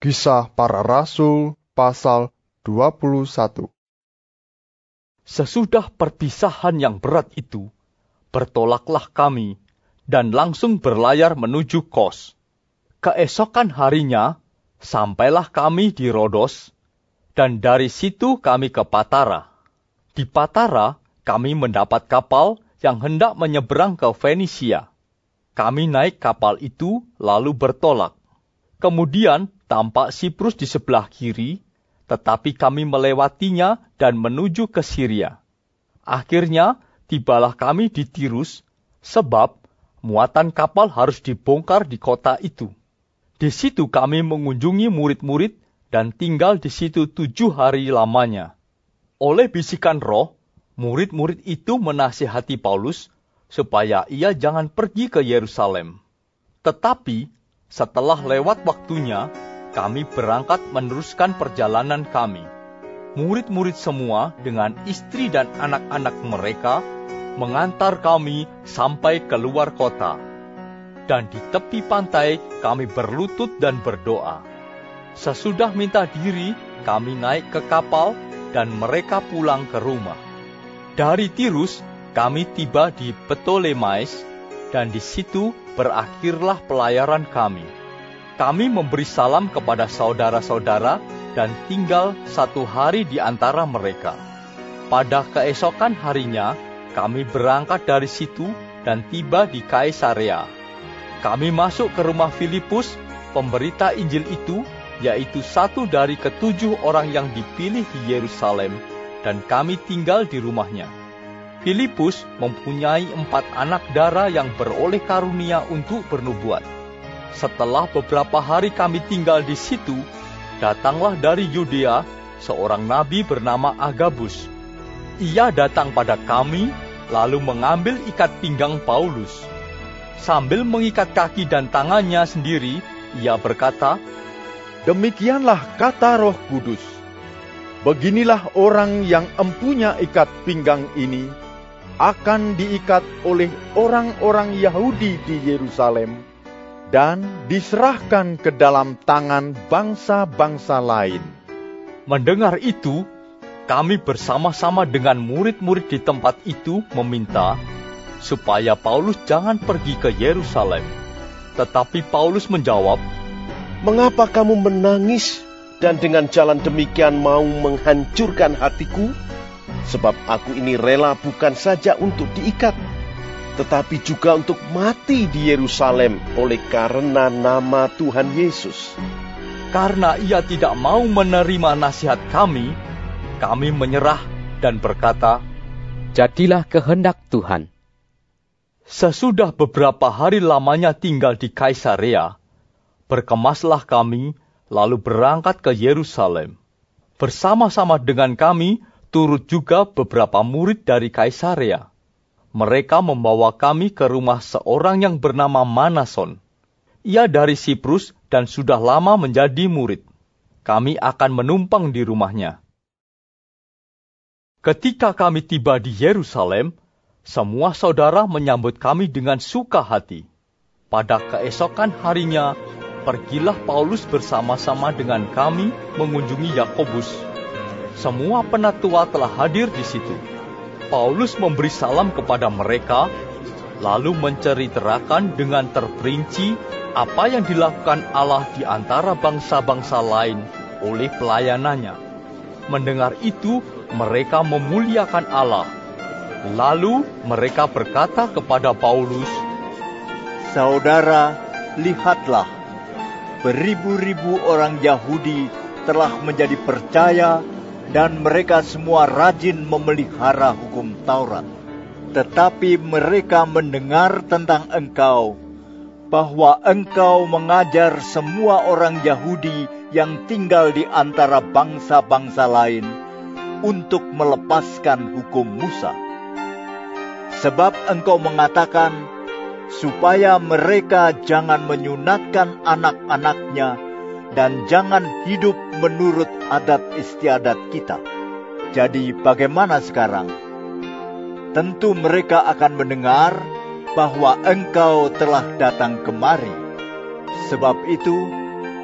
Kisah Para Rasul pasal 21. Sesudah perpisahan yang berat itu, bertolaklah kami dan langsung berlayar menuju Kos. Keesokan harinya, sampailah kami di Rodos, dan dari situ kami ke Patara. Di Patara, kami mendapat kapal yang hendak menyeberang ke Fenisia. Kami naik kapal itu lalu bertolak. Kemudian tampak Siprus di sebelah kiri, tetapi kami melewatinya dan menuju ke Syria. Akhirnya tibalah kami di Tirus, sebab muatan kapal harus dibongkar di kota itu. Di situ kami mengunjungi murid-murid dan tinggal di situ 7 hari lamanya. Oleh bisikan Roh, murid-murid itu menasihati Paulus supaya ia jangan pergi ke Yerusalem. Tetapi setelah lewat waktunya, kami berangkat meneruskan perjalanan kami. Murid-murid semua dengan istri dan anak-anak mereka mengantar kami sampai keluar kota. Dan di tepi pantai kami berlutut dan berdoa. Sesudah minta diri, kami naik ke kapal dan mereka pulang ke rumah. Dari Tirus, kami tiba di Ptolemais, dan di situ berakhirlah pelayaran kami. Kami memberi salam kepada saudara-saudara dan tinggal 1 hari di antara mereka. Pada keesokan harinya, kami berangkat dari situ dan tiba di Kaisarea. Kami masuk ke rumah Filipus, pemberita Injil itu, yaitu satu dari ke-7 orang yang dipilih di Yerusalem, dan kami tinggal di rumahnya. Filipus mempunyai 4 anak dara yang beroleh karunia untuk bernubuat. Setelah beberapa hari kami tinggal di situ, datanglah dari Yudea seorang nabi bernama Agabus. Ia datang pada kami, lalu mengambil ikat pinggang Paulus. Sambil mengikat kaki dan tangannya sendiri, ia berkata, "Demikianlah kata Roh Kudus. Beginilah orang yang empunya ikat pinggang ini akan diikat oleh orang-orang Yahudi di Yerusalem dan diserahkan ke dalam tangan bangsa-bangsa lain." Mendengar itu, kami bersama-sama dengan murid-murid di tempat itu meminta supaya Paulus jangan pergi ke Yerusalem. Tetapi Paulus menjawab, "Mengapa kamu menangis dan dengan jalan demikian mau menghancurkan hatiku? Sebab aku ini rela bukan saja untuk diikat, tetapi juga untuk mati di Yerusalem oleh karena nama Tuhan Yesus." Karena ia tidak mau menerima nasihat kami menyerah dan berkata, "Jadilah kehendak Tuhan." Sesudah beberapa hari lamanya tinggal di Kaisarea, berkemaslah kami, lalu berangkat ke Yerusalem. Bersama-sama dengan kami, turut juga beberapa murid dari Kaisarea. Mereka membawa kami ke rumah seorang yang bernama Manason. Ia dari Siprus dan sudah lama menjadi murid. Kami akan menumpang di rumahnya. Ketika kami tiba di Yerusalem, semua saudara menyambut kami dengan suka hati. Pada keesokan harinya, pergilah Paulus bersama-sama dengan kami mengunjungi Yakobus. Semua penatua telah hadir di situ. Paulus memberi salam kepada mereka, lalu menceritakan dengan terperinci apa yang dilakukan Allah di antara bangsa-bangsa lain oleh pelayanannya. Mendengar itu, mereka memuliakan Allah. Lalu mereka berkata kepada Paulus, "Saudara, lihatlah, beribu-ribu orang Yahudi telah menjadi percaya dan mereka semua rajin memelihara hukum Taurat. Tetapi mereka mendengar tentang engkau, bahwa engkau mengajar semua orang Yahudi yang tinggal di antara bangsa-bangsa lain untuk melepaskan hukum Musa. Sebab engkau mengatakan supaya mereka jangan menyunatkan anak-anaknya dan jangan hidup menurut adat istiadat kita. Jadi bagaimana sekarang? Tentu mereka akan mendengar bahwa engkau telah datang kemari. Sebab itu,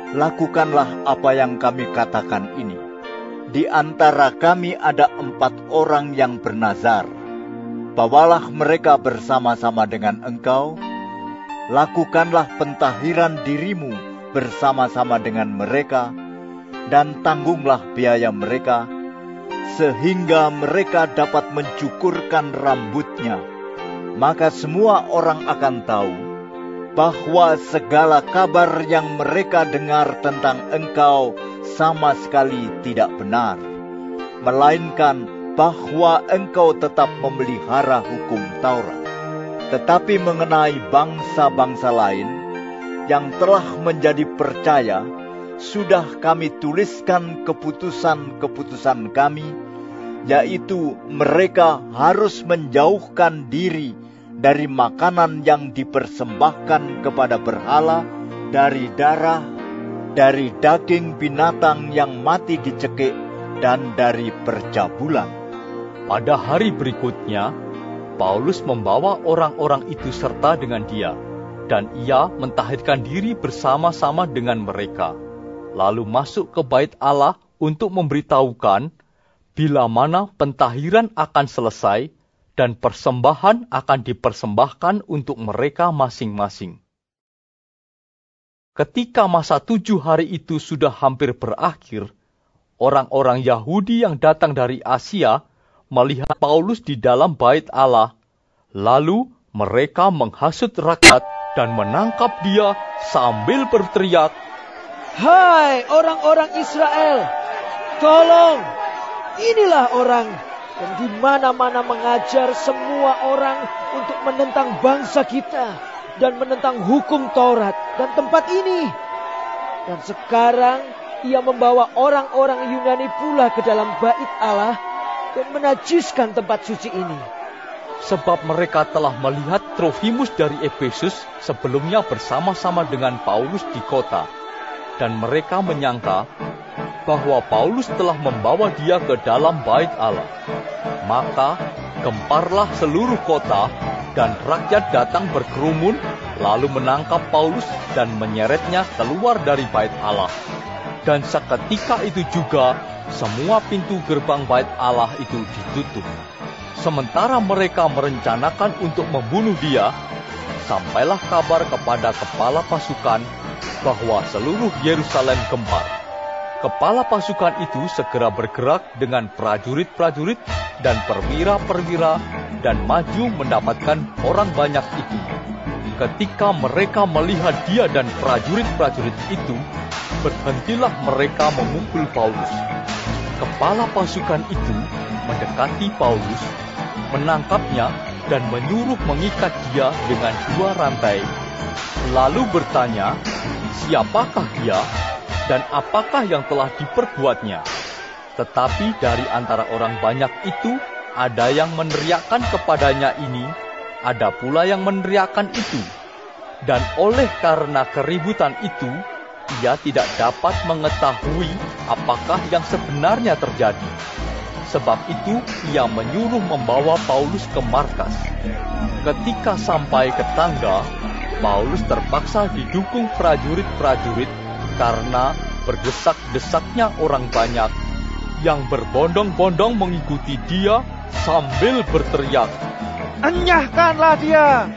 lakukanlah apa yang kami katakan ini. Di antara kami ada 4 orang yang bernazar. Bawalah mereka bersama-sama dengan engkau. Lakukanlah pentahiran dirimu bersama-sama dengan mereka, dan tanggunglah biaya mereka, sehingga mereka dapat mencukurkan rambutnya. Maka semua orang akan tahu bahwa segala kabar yang mereka dengar tentang engkau sama sekali tidak benar, melainkan bahwa engkau tetap memelihara hukum Taurat. Tetapi mengenai bangsa-bangsa lain yang telah menjadi percaya, sudah kami tuliskan keputusan-keputusan kami, yaitu mereka harus menjauhkan diri dari makanan yang dipersembahkan kepada berhala, dari darah, dari daging binatang yang mati dicekik, dan dari percabulan. Pada hari berikutnya, Paulus membawa orang-orang itu serta dengan dia, dan ia mentahirkan diri bersama-sama dengan mereka, lalu masuk ke bait Allah untuk memberitahukan bila mana pentahiran akan selesai dan persembahan akan dipersembahkan untuk mereka masing-masing. Ketika masa 7 hari itu sudah hampir berakhir, orang-orang Yahudi yang datang dari Asia melihat Paulus di dalam bait Allah, lalu mereka menghasut rakyat dan menangkap dia sambil berteriak, "Hai orang-orang Israel, tolong! Inilah orang yang di mana-mana mengajar semua orang untuk menentang bangsa kita dan menentang hukum Taurat dan tempat ini. Dan sekarang ia membawa orang-orang Yunani pula ke dalam bait Allah dan menajiskan tempat suci ini." Sebab mereka telah melihat Trofimus dari Efesus sebelumnya bersama-sama dengan Paulus di kota, dan mereka menyangka bahwa Paulus telah membawa dia ke dalam bait Allah. Maka gemparlah seluruh kota, dan rakyat datang berkerumun, lalu menangkap Paulus dan menyeretnya keluar dari bait Allah. Dan seketika itu juga semua pintu gerbang bait Allah itu ditutup. Sementara mereka merencanakan untuk membunuh dia, sampailah kabar kepada kepala pasukan bahwa seluruh Yerusalem gempar. Kepala pasukan itu segera bergerak dengan prajurit-prajurit dan perwira-perwira dan maju mendapatkan orang banyak itu. Ketika mereka melihat dia dan prajurit-prajurit itu, berhentilah mereka memukul Paulus. Kepala pasukan itu mendekati Paulus, menangkapnya dan menyuruh mengikat dia dengan 2 rantai. Lalu bertanya, siapakah dia dan apakah yang telah diperbuatnya? Tetapi dari antara orang banyak itu, ada yang meneriakkan kepadanya ini, ada pula yang meneriakkan itu. Dan oleh karena keributan itu, ia tidak dapat mengetahui apakah yang sebenarnya terjadi. Sebab itu, ia menyuruh membawa Paulus ke markas. Ketika sampai ke tangga, Paulus terpaksa didukung prajurit-prajurit karena berdesak-desaknya orang banyak yang berbondong-bondong mengikuti dia sambil berteriak, "Enyahkanlah dia!"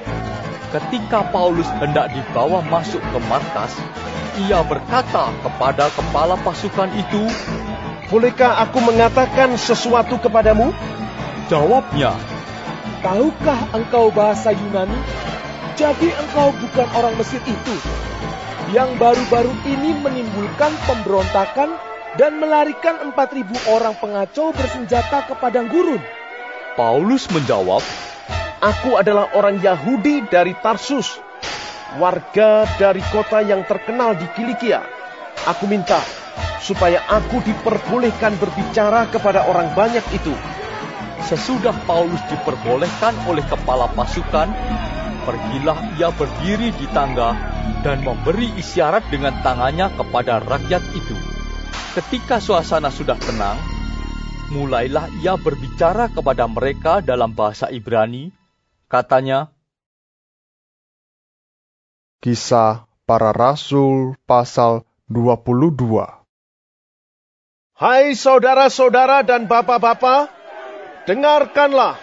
Ketika Paulus hendak dibawa masuk ke markas, ia berkata kepada kepala pasukan itu, "Bolehkah aku mengatakan sesuatu kepadamu?" Jawabnya, "Tahukah engkau bahasa Yunani? Jadi engkau bukan orang Mesir itu yang baru-baru ini menimbulkan pemberontakan dan melarikan 4.000 orang pengacau bersenjata ke padang gurun?" Paulus menjawab, "Aku adalah orang Yahudi dari Tarsus, warga dari kota yang terkenal di Kilikia. Aku minta supaya aku diperbolehkan berbicara kepada orang banyak itu." Sesudah Paulus diperbolehkan oleh kepala pasukan, pergilah ia berdiri di tangga dan memberi isyarat dengan tangannya kepada rakyat itu. Ketika suasana sudah tenang, mulailah ia berbicara kepada mereka dalam bahasa Ibrani. Katanya, Kisah Para Rasul pasal 22. Hai saudara-saudara dan bapak-bapak, dengarkanlah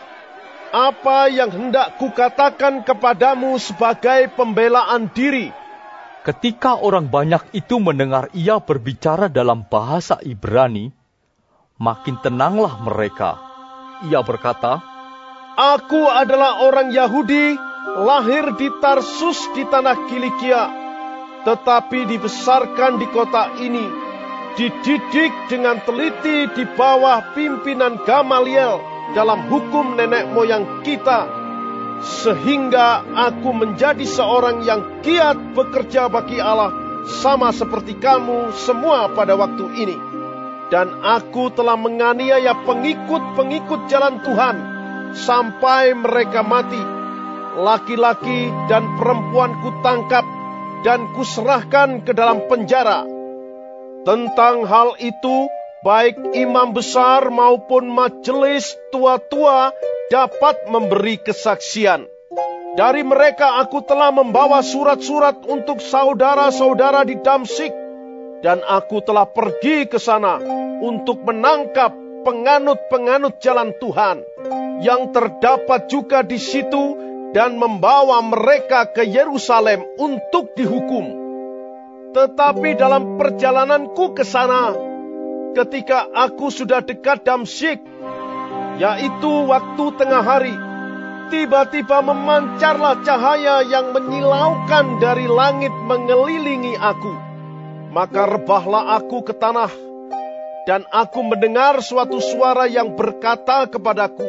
apa yang hendak kukatakan kepadamu sebagai pembelaan diri. Ketika orang banyak itu mendengar ia berbicara dalam bahasa Ibrani, makin tenanglah mereka. Ia berkata, Aku adalah orang Yahudi, lahir di Tarsus di tanah Kilikia, tetapi dibesarkan di kota ini, dididik dengan teliti di bawah pimpinan Gamaliel dalam hukum nenek moyang kita, sehingga aku menjadi seorang yang giat bekerja bagi Allah, sama seperti kamu semua pada waktu ini. Dan aku telah menganiaya pengikut-pengikut jalan Tuhan, sampai mereka mati. Laki-laki dan perempuan kutangkap dan kuserahkan ke dalam penjara. Tentang hal itu, baik imam besar maupun majelis tua-tua dapat memberi kesaksian. Dari mereka aku telah membawa surat-surat untuk saudara-saudara di Damsyik, dan aku telah pergi ke sana untuk menangkap penganut-penganut jalan Tuhan yang terdapat juga di situ, dan membawa mereka ke Yerusalem untuk dihukum. Tetapi dalam perjalananku ke sana, ketika aku sudah dekat Damsyik, yaitu waktu tengah hari, tiba-tiba memancarlah cahaya yang menyilaukan dari langit mengelilingi aku. Maka rebahlah aku ke tanah, dan aku mendengar suatu suara yang berkata kepadaku,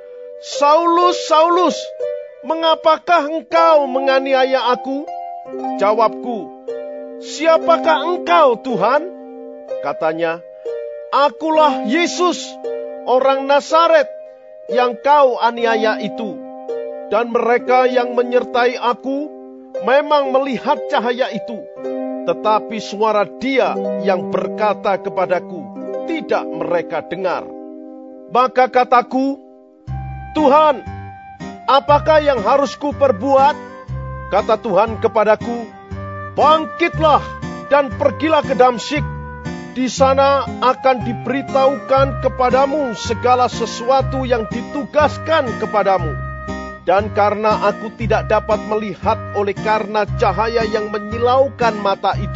Saulus, Saulus, mengapakah engkau menganiaya aku? Jawabku, siapakah engkau, Tuhan? Katanya, akulah Yesus, orang Nazaret yang kau aniaya itu. Dan mereka yang menyertai aku memang melihat cahaya itu, tetapi suara dia yang berkata kepadaku tidak mereka dengar. Maka kataku, Tuhan, apakah yang harus kuperbuat? Kata Tuhan kepadaku, bangkitlah dan pergilah ke Damsyik. Di sana akan diberitahukan kepadamu segala sesuatu yang ditugaskan kepadamu. Dan karena aku tidak dapat melihat oleh karena cahaya yang menyilaukan mata itu,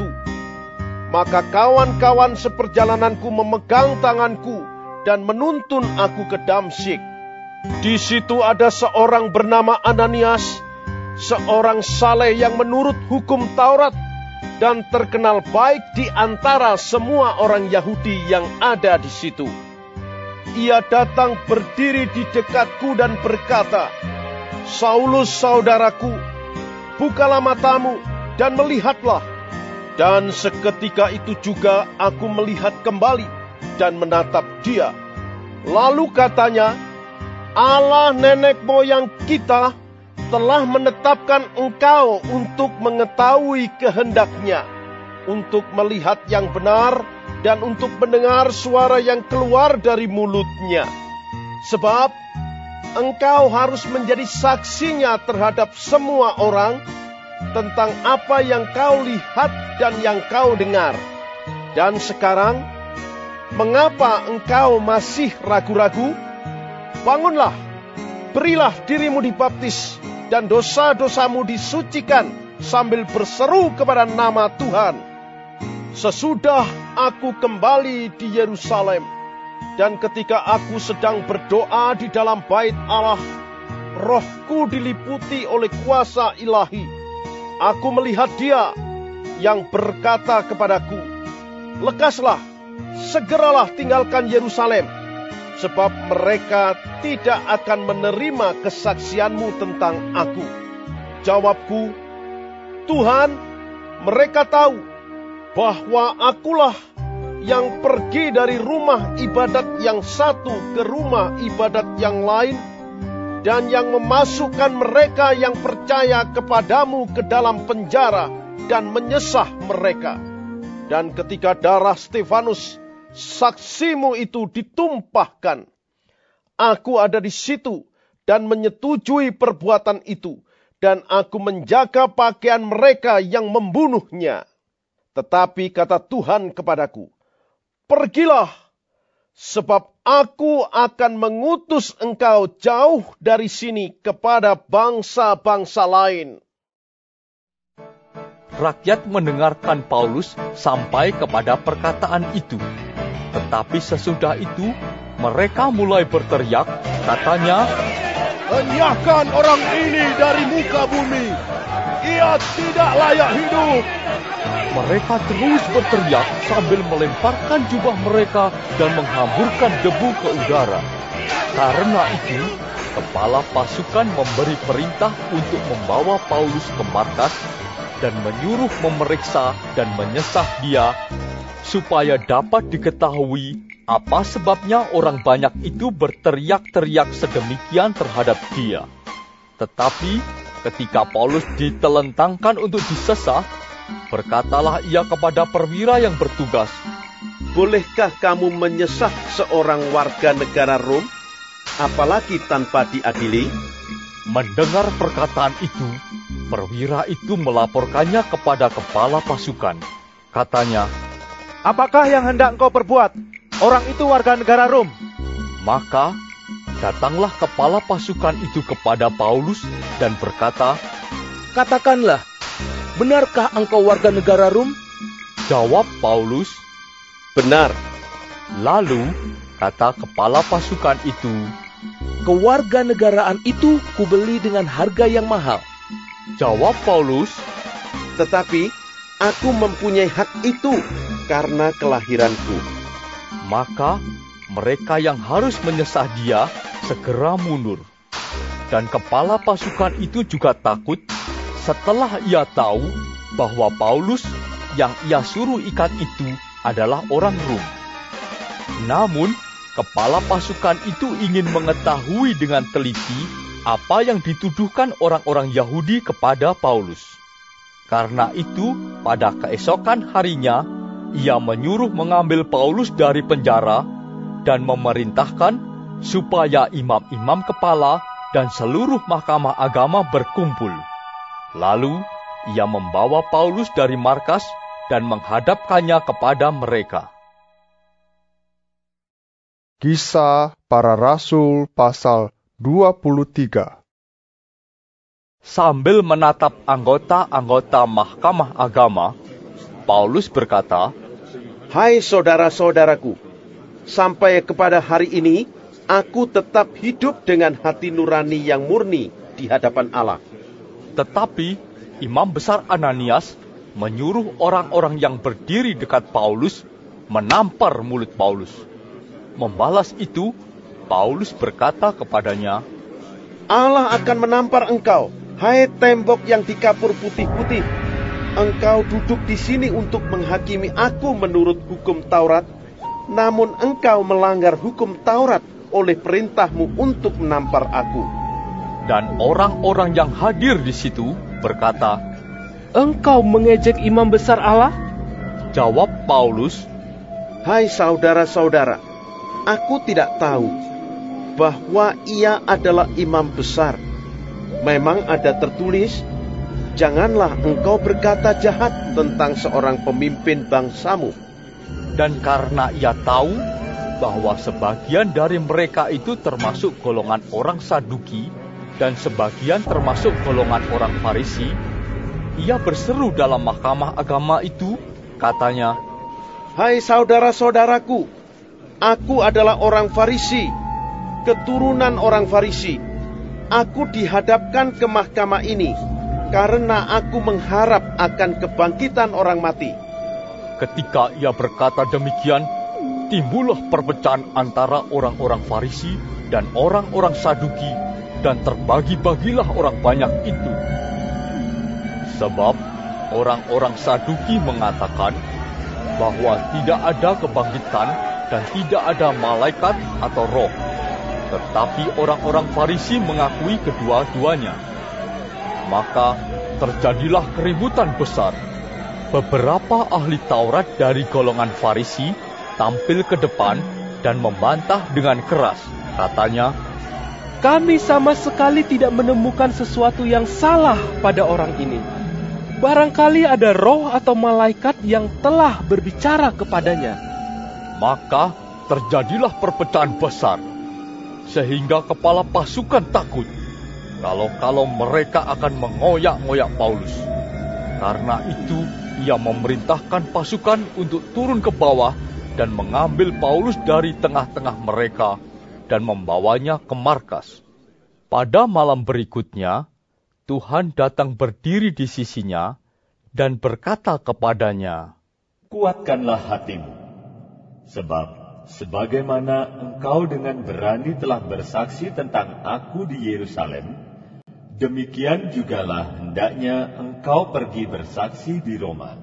maka kawan-kawan seperjalananku memegang tanganku dan menuntun aku ke Damsyik. Di situ ada seorang bernama Ananias, seorang saleh yang menurut hukum Taurat dan terkenal baik di antara semua orang Yahudi yang ada di situ. Ia datang berdiri di dekatku dan berkata, Saulus saudaraku, bukalah matamu dan melihatlah. Dan seketika itu juga aku melihat kembali dan menatap dia. Lalu katanya, Allah nenek moyang kita telah menetapkan engkau untuk mengetahui kehendak-Nya, untuk melihat yang benar dan untuk mendengar suara yang keluar dari mulut-Nya. Sebab engkau harus menjadi saksinya terhadap semua orang tentang apa yang kau lihat dan yang kau dengar. Dan sekarang, mengapa engkau masih ragu-ragu? Bangunlah, berilah dirimu dibaptis, dan dosa-dosamu disucikan sambil berseru kepada nama Tuhan. Sesudah aku kembali di Yerusalem, dan ketika aku sedang berdoa di dalam bait Allah, rohku diliputi oleh kuasa ilahi. Aku melihat dia yang berkata kepadaku, lekaslah, segeralah tinggalkan Yerusalem, sebab mereka tidak akan menerima kesaksianmu tentang aku. Jawabku, Tuhan, mereka tahu bahwa akulah yang pergi dari rumah ibadat yang satu ke rumah ibadat yang lain, dan yang memasukkan mereka yang percaya kepadamu ke dalam penjara dan menyesah mereka. Dan ketika darah Stefanus, saksimu itu ditumpahkan, aku ada di situ dan menyetujui perbuatan itu, dan aku menjaga pakaian mereka yang membunuhnya. Tetapi kata Tuhan kepadaku, pergilah, sebab aku akan mengutus engkau jauh dari sini kepada bangsa-bangsa lain. Rakyat mendengarkan Paulus sampai kepada perkataan itu. Tetapi sesudah itu, mereka mulai berteriak, katanya, Enyahkan orang ini dari muka bumi. Ia tidak layak hidup. Mereka terus berteriak sambil melemparkan jubah mereka dan menghamburkan debu ke udara. Karena itu, kepala pasukan memberi perintah untuk membawa Paulus ke markas dan menyuruh memeriksa dan menyesah dia, supaya dapat diketahui apa sebabnya orang banyak itu berteriak-teriak sedemikian terhadap dia. Tetapi ketika Paulus ditelentangkan untuk disesah, berkatalah ia kepada perwira yang bertugas, Bolehkah kamu menyesah seorang warga negara Rom, apalagi tanpa diadili? Mendengar perkataan itu, perwira itu melaporkannya kepada kepala pasukan. Katanya, Apakah yang hendak engkau perbuat? Orang itu warga negara Rom. maka datanglah kepala pasukan itu kepada Paulus dan berkata, Katakanlah, benarkah engkau warga negara Rom? Jawab Paulus, Benar. lalu kata kepala pasukan itu, Kewarganegaraan itu kubeli dengan harga yang mahal. Jawab Paulus, Tetapi aku mempunyai hak itu karena kelahiranku. maka mereka yang harus menyesah dia segera mundur. Dan kepala pasukan itu juga takut setelah ia tahu bahwa Paulus yang ia suruh ikat itu adalah orang Rom. Namun, kepala pasukan itu ingin mengetahui dengan teliti apa yang dituduhkan orang-orang Yahudi kepada Paulus. Karena itu, pada keesokan harinya, ia menyuruh mengambil Paulus dari penjara dan memerintahkan supaya imam-imam kepala dan seluruh mahkamah agama berkumpul. Lalu, ia membawa Paulus dari markas dan menghadapkannya kepada mereka. Kisah Para Rasul pasal 23. Sambil menatap anggota-anggota mahkamah agama, Paulus berkata, Hai saudara-saudaraku, sampai kepada hari ini, aku tetap hidup dengan hati nurani yang murni di hadapan Allah. Tetapi Imam Besar Ananias menyuruh orang-orang yang berdiri dekat Paulus menampar mulut Paulus. Membalas itu, Paulus berkata kepadanya, Allah akan menampar engkau, hai tembok yang dikapur putih-putih. Engkau duduk di sini untuk menghakimi aku menurut hukum Taurat, namun engkau melanggar hukum Taurat oleh perintahmu untuk menampar aku. Dan orang-orang yang hadir di situ berkata, Engkau mengejek imam besar Allah? Jawab Paulus, Hai saudara-saudara, aku tidak tahu bahwa ia adalah imam besar. Memang ada tertulis, janganlah engkau berkata jahat tentang seorang pemimpin bangsamu. dan karena ia tahu bahwa sebagian dari mereka itu termasuk golongan orang Saduki dan sebagian termasuk golongan orang Farisi, ia berseru dalam mahkamah agama itu, katanya, Hai saudara-saudaraku, aku adalah orang Farisi, keturunan orang Farisi. Aku dihadapkan ke mahkamah ini karena aku mengharap akan kebangkitan orang mati. Ketika ia berkata demikian, timbullah perpecahan antara orang-orang Farisi dan orang-orang Saduki, dan terbagi-bagilah orang banyak itu. Sebab orang-orang Saduki mengatakan bahwa tidak ada kebangkitan dan tidak ada malaikat atau roh. Tetapi orang-orang Farisi mengakui kedua-duanya. Maka terjadilah keributan besar. Beberapa ahli Taurat dari golongan Farisi tampil ke depan dan membantah dengan keras. Katanya, Kami sama sekali tidak menemukan sesuatu yang salah pada orang ini. Barangkali ada roh atau malaikat yang telah berbicara kepadanya. Maka terjadilah perpecahan besar, sehingga kepala pasukan takut kalau mereka akan mengoyak-ngoyak Paulus. Karena itu, ia memerintahkan pasukan untuk turun ke bawah dan mengambil Paulus dari tengah-tengah mereka dan membawanya ke markas. Pada malam berikutnya, Tuhan datang berdiri di sisinya dan berkata kepadanya, "Kuatkanlah hatimu, sebab sebagaimana engkau dengan berani telah bersaksi tentang aku di Yerusalem, demikian jugalah hendaknya engkau pergi bersaksi di Roma."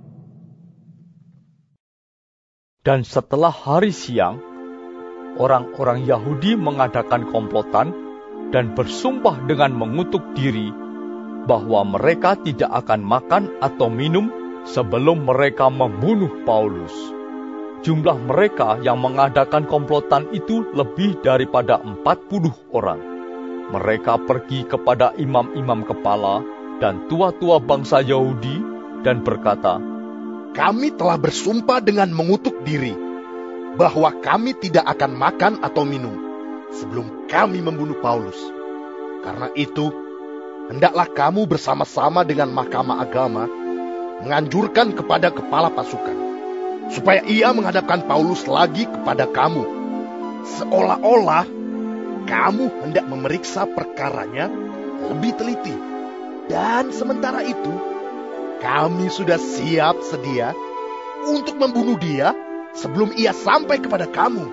Dan setelah hari siang, orang-orang Yahudi mengadakan komplotan dan bersumpah dengan mengutuk diri bahwa mereka tidak akan makan atau minum sebelum mereka membunuh Paulus. Jumlah mereka yang mengadakan komplotan itu lebih daripada 40 orang. Mereka pergi kepada imam-imam kepala dan tua-tua bangsa Yahudi dan berkata, Kami telah bersumpah dengan mengutuk diri bahwa kami tidak akan makan atau minum sebelum kami membunuh Paulus. Karena itu, hendaklah kamu bersama-sama dengan Mahkamah Agama menganjurkan kepada kepala pasukan, supaya ia menghadapkan Paulus lagi kepada kamu, seolah-olah kamu hendak memeriksa perkaranya lebih teliti. Dan sementara itu, kami sudah siap sedia untuk membunuh dia sebelum ia sampai kepada kamu.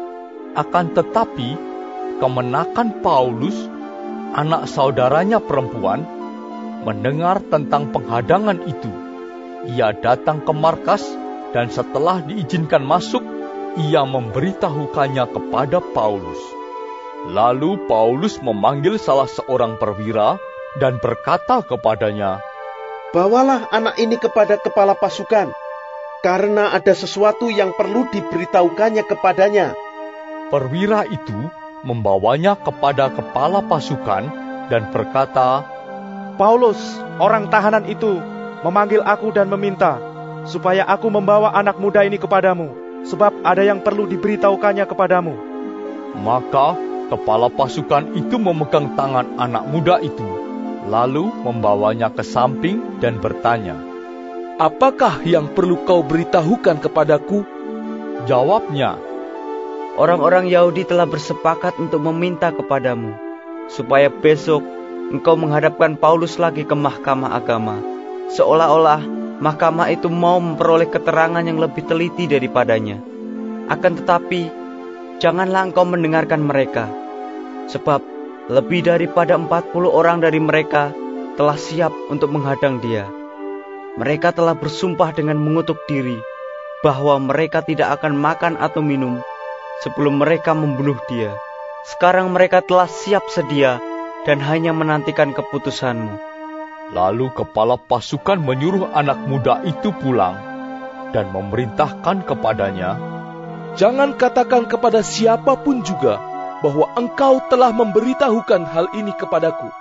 Akan tetapi, kemenakan Paulus, anak saudaranya perempuan, mendengar tentang penghadangan itu. Ia datang ke markas dan setelah diizinkan masuk, ia memberitahukannya kepada Paulus. Lalu Paulus memanggil salah seorang perwira dan berkata kepadanya, "Bawalah anak ini kepada kepala pasukan, karena ada sesuatu yang perlu diberitahukannya kepadanya." Perwira itu membawanya kepada kepala pasukan dan berkata, "Paulus, orang tahanan itu, memanggil aku dan meminta supaya aku membawa anak muda ini kepadamu, sebab ada yang perlu diberitahukannya kepadamu." Maka kepala pasukan itu memegang tangan anak muda itu, lalu membawanya ke samping dan bertanya, "Apakah yang perlu kau beritahukan kepadaku?" Jawabnya, "Orang-orang Yahudi telah bersepakat untuk meminta kepadamu, supaya besok engkau menghadapkan Paulus lagi ke Mahkamah Agama, seolah-olah mahkamah itu mau memperoleh keterangan yang lebih teliti daripadanya. Akan tetapi, janganlah engkau mendengarkan mereka, sebab lebih daripada 40 orang dari mereka telah siap untuk menghadang dia. Mereka telah bersumpah dengan mengutuk diri bahwa mereka tidak akan makan atau minum sebelum mereka membunuh dia. Sekarang mereka telah siap sedia dan hanya menantikan keputusanmu." Lalu kepala pasukan menyuruh anak muda itu pulang dan memerintahkan kepadanya, "Jangan katakan kepada siapapun juga bahwa engkau telah memberitahukan hal ini kepadaku."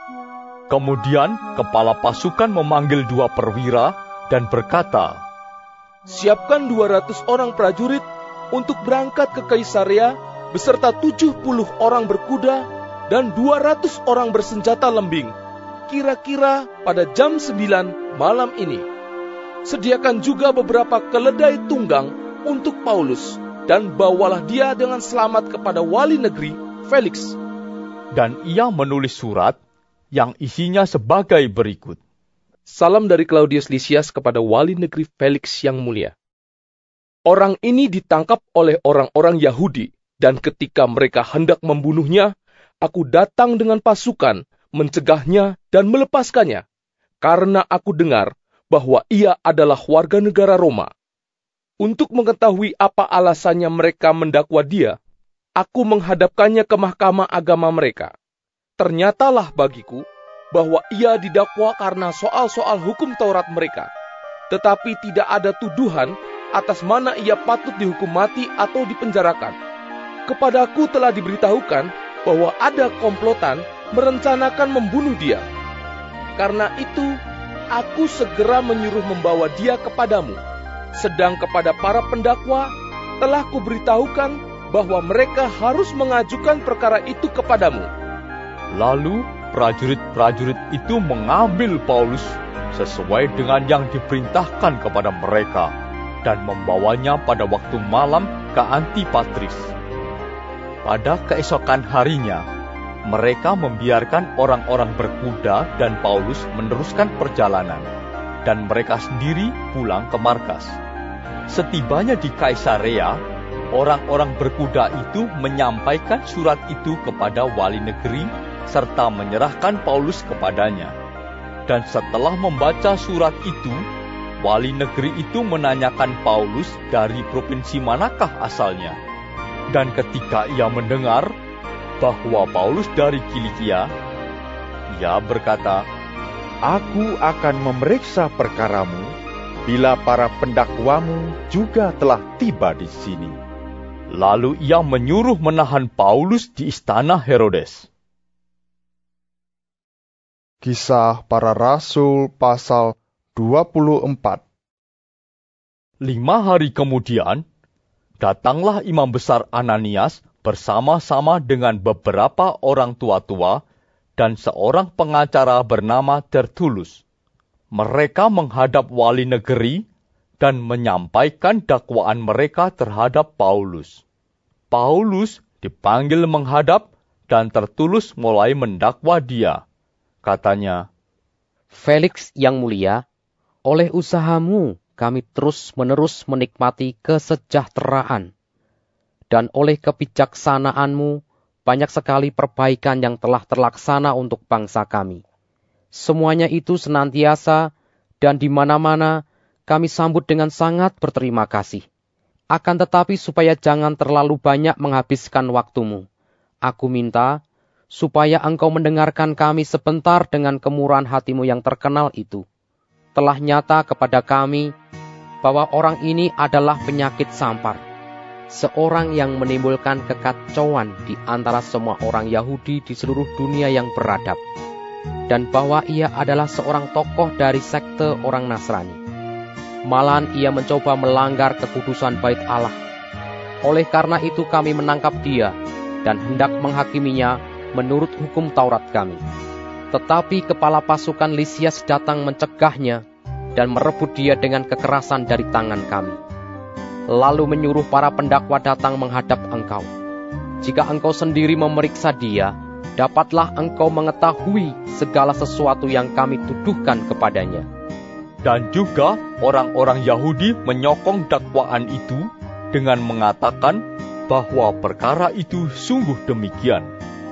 Kemudian kepala pasukan memanggil 2 perwira dan berkata, "Siapkan 200 orang prajurit untuk berangkat ke Kaisarea beserta 70 orang berkuda dan 200 orang bersenjata lembing, kira-kira pada jam 9 malam ini. Sediakan juga beberapa keledai tunggang untuk Paulus, dan bawalah dia dengan selamat kepada wali negeri Felix." Dan ia menulis surat yang isinya sebagai berikut. Salam dari Claudius Lysias kepada wali negeri Felix yang mulia. Orang ini ditangkap oleh orang-orang Yahudi, dan ketika mereka hendak membunuhnya, aku datang dengan pasukan, mencegahnya dan melepaskannya, karena aku dengar bahwa ia adalah warga negara Roma. Untuk mengetahui apa alasannya mereka mendakwa dia, aku menghadapkannya ke Mahkamah Agama mereka. Ternyatalah bagiku bahwa ia didakwa karena soal-soal hukum Taurat mereka, tetapi tidak ada tuduhan atas mana ia patut dihukum mati atau dipenjarakan. Kepadaku telah diberitahukan bahwa ada komplotan merencanakan membunuh dia. Karena itu, aku segera menyuruh membawa dia kepadamu. Sedang kepada para pendakwa telah kuberitahukan bahwa mereka harus mengajukan perkara itu kepadamu. Lalu prajurit-prajurit itu mengambil Paulus sesuai dengan yang diperintahkan kepada mereka dan membawanya pada waktu malam ke Antipatris. Pada keesokan harinya, mereka membiarkan orang-orang berkuda dan Paulus meneruskan perjalanan, dan mereka sendiri pulang ke markas. Setibanya di Kaisarea, orang-orang berkuda itu menyampaikan surat itu kepada wali negeri serta menyerahkan Paulus kepadanya. Dan setelah membaca surat itu, wali negeri itu menanyakan Paulus dari provinsi manakah asalnya. Dan ketika ia mendengar bahwa Paulus dari Kilikia, ia berkata, Aku akan memeriksa perkaramu bila para pendakwamu juga telah tiba di sini. Lalu ia menyuruh menahan Paulus di istana Herodes. Kisah Para Rasul pasal 24. 5 hari kemudian, datanglah imam besar Ananias bersama-sama dengan beberapa orang tua-tua dan seorang pengacara bernama Tertulus. Mereka menghadap wali negeri dan menyampaikan dakwaan mereka terhadap Paulus. Paulus dipanggil menghadap dan Tertulus mulai mendakwa dia. Katanya, Felix yang mulia, oleh usahamu kami terus-menerus menikmati kesejahteraan, dan oleh kebijaksanaanmu banyak sekali perbaikan yang telah terlaksana untuk bangsa kami. Semuanya itu senantiasa dan di mana-mana kami sambut dengan sangat berterima kasih. Akan tetapi supaya jangan terlalu banyak menghabiskan waktumu, aku minta supaya engkau mendengarkan kami sebentar dengan kemurahan hatimu yang terkenal itu. Telah nyata kepada kami bahwa orang ini adalah penyakit sampar, seorang yang menimbulkan kekacauan di antara semua orang Yahudi di seluruh dunia yang beradab, dan bahwa ia adalah seorang tokoh dari sekte orang Nasrani. Malahan ia mencoba melanggar kekudusan bait Allah. Oleh karena itu kami menangkap dia dan hendak menghakiminya menurut hukum Taurat kami. Tetapi kepala pasukan Lisias datang mencegahnya dan merebut dia dengan kekerasan dari tangan kami. Lalu menyuruh para pendakwa datang menghadap engkau. Jika engkau sendiri memeriksa dia, dapatlah engkau mengetahui segala sesuatu yang kami tuduhkan kepadanya. Dan juga orang-orang Yahudi menyokong dakwaan itu dengan mengatakan bahwa perkara itu sungguh demikian.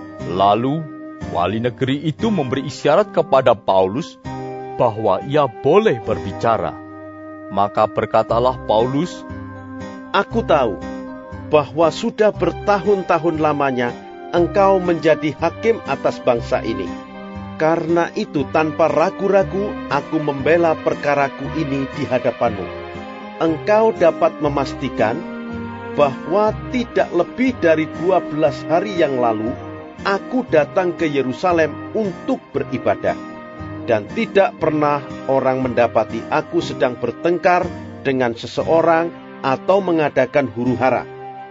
Lalu, wali negeri itu memberi isyarat kepada Paulus bahwa ia boleh berbicara. Maka berkatalah Paulus, Aku tahu bahwa sudah bertahun-tahun lamanya engkau menjadi hakim atas bangsa ini. Karena itu tanpa ragu-ragu aku membela perkaraku ini di hadapanmu. Engkau dapat memastikan bahwa tidak lebih dari 12 hari yang lalu aku datang ke Yerusalem untuk beribadah, dan tidak pernah orang mendapati aku sedang bertengkar dengan seseorang atau mengadakan huru-hara,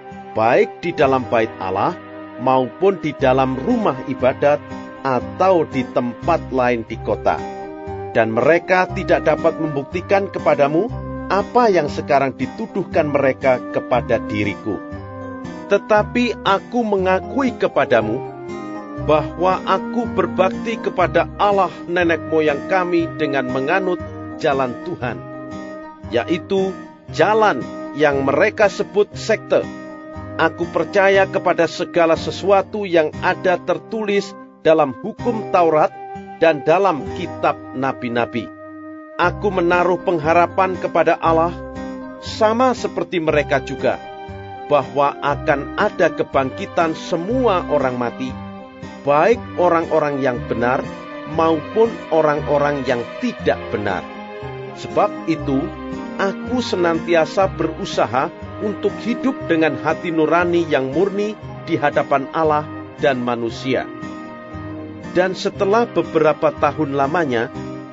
baik di dalam bait Allah maupun di dalam rumah ibadat atau di tempat lain di kota. Dan mereka tidak dapat membuktikan kepadamu apa yang sekarang dituduhkan mereka kepada diriku. Tetapi aku mengakui kepadamu bahwa aku berbakti kepada Allah nenek moyang kami dengan menganut jalan Tuhan, yaitu jalan yang mereka sebut sekte. Aku percaya kepada segala sesuatu yang ada tertulis dalam hukum Taurat dan dalam kitab nabi-nabi. Aku menaruh pengharapan kepada Allah, sama seperti mereka juga, bahwa akan ada kebangkitan semua orang mati, baik orang-orang yang benar maupun orang-orang yang tidak benar. Sebab itu, aku senantiasa berusaha untuk hidup dengan hati nurani yang murni di hadapan Allah dan manusia. Dan setelah beberapa tahun lamanya,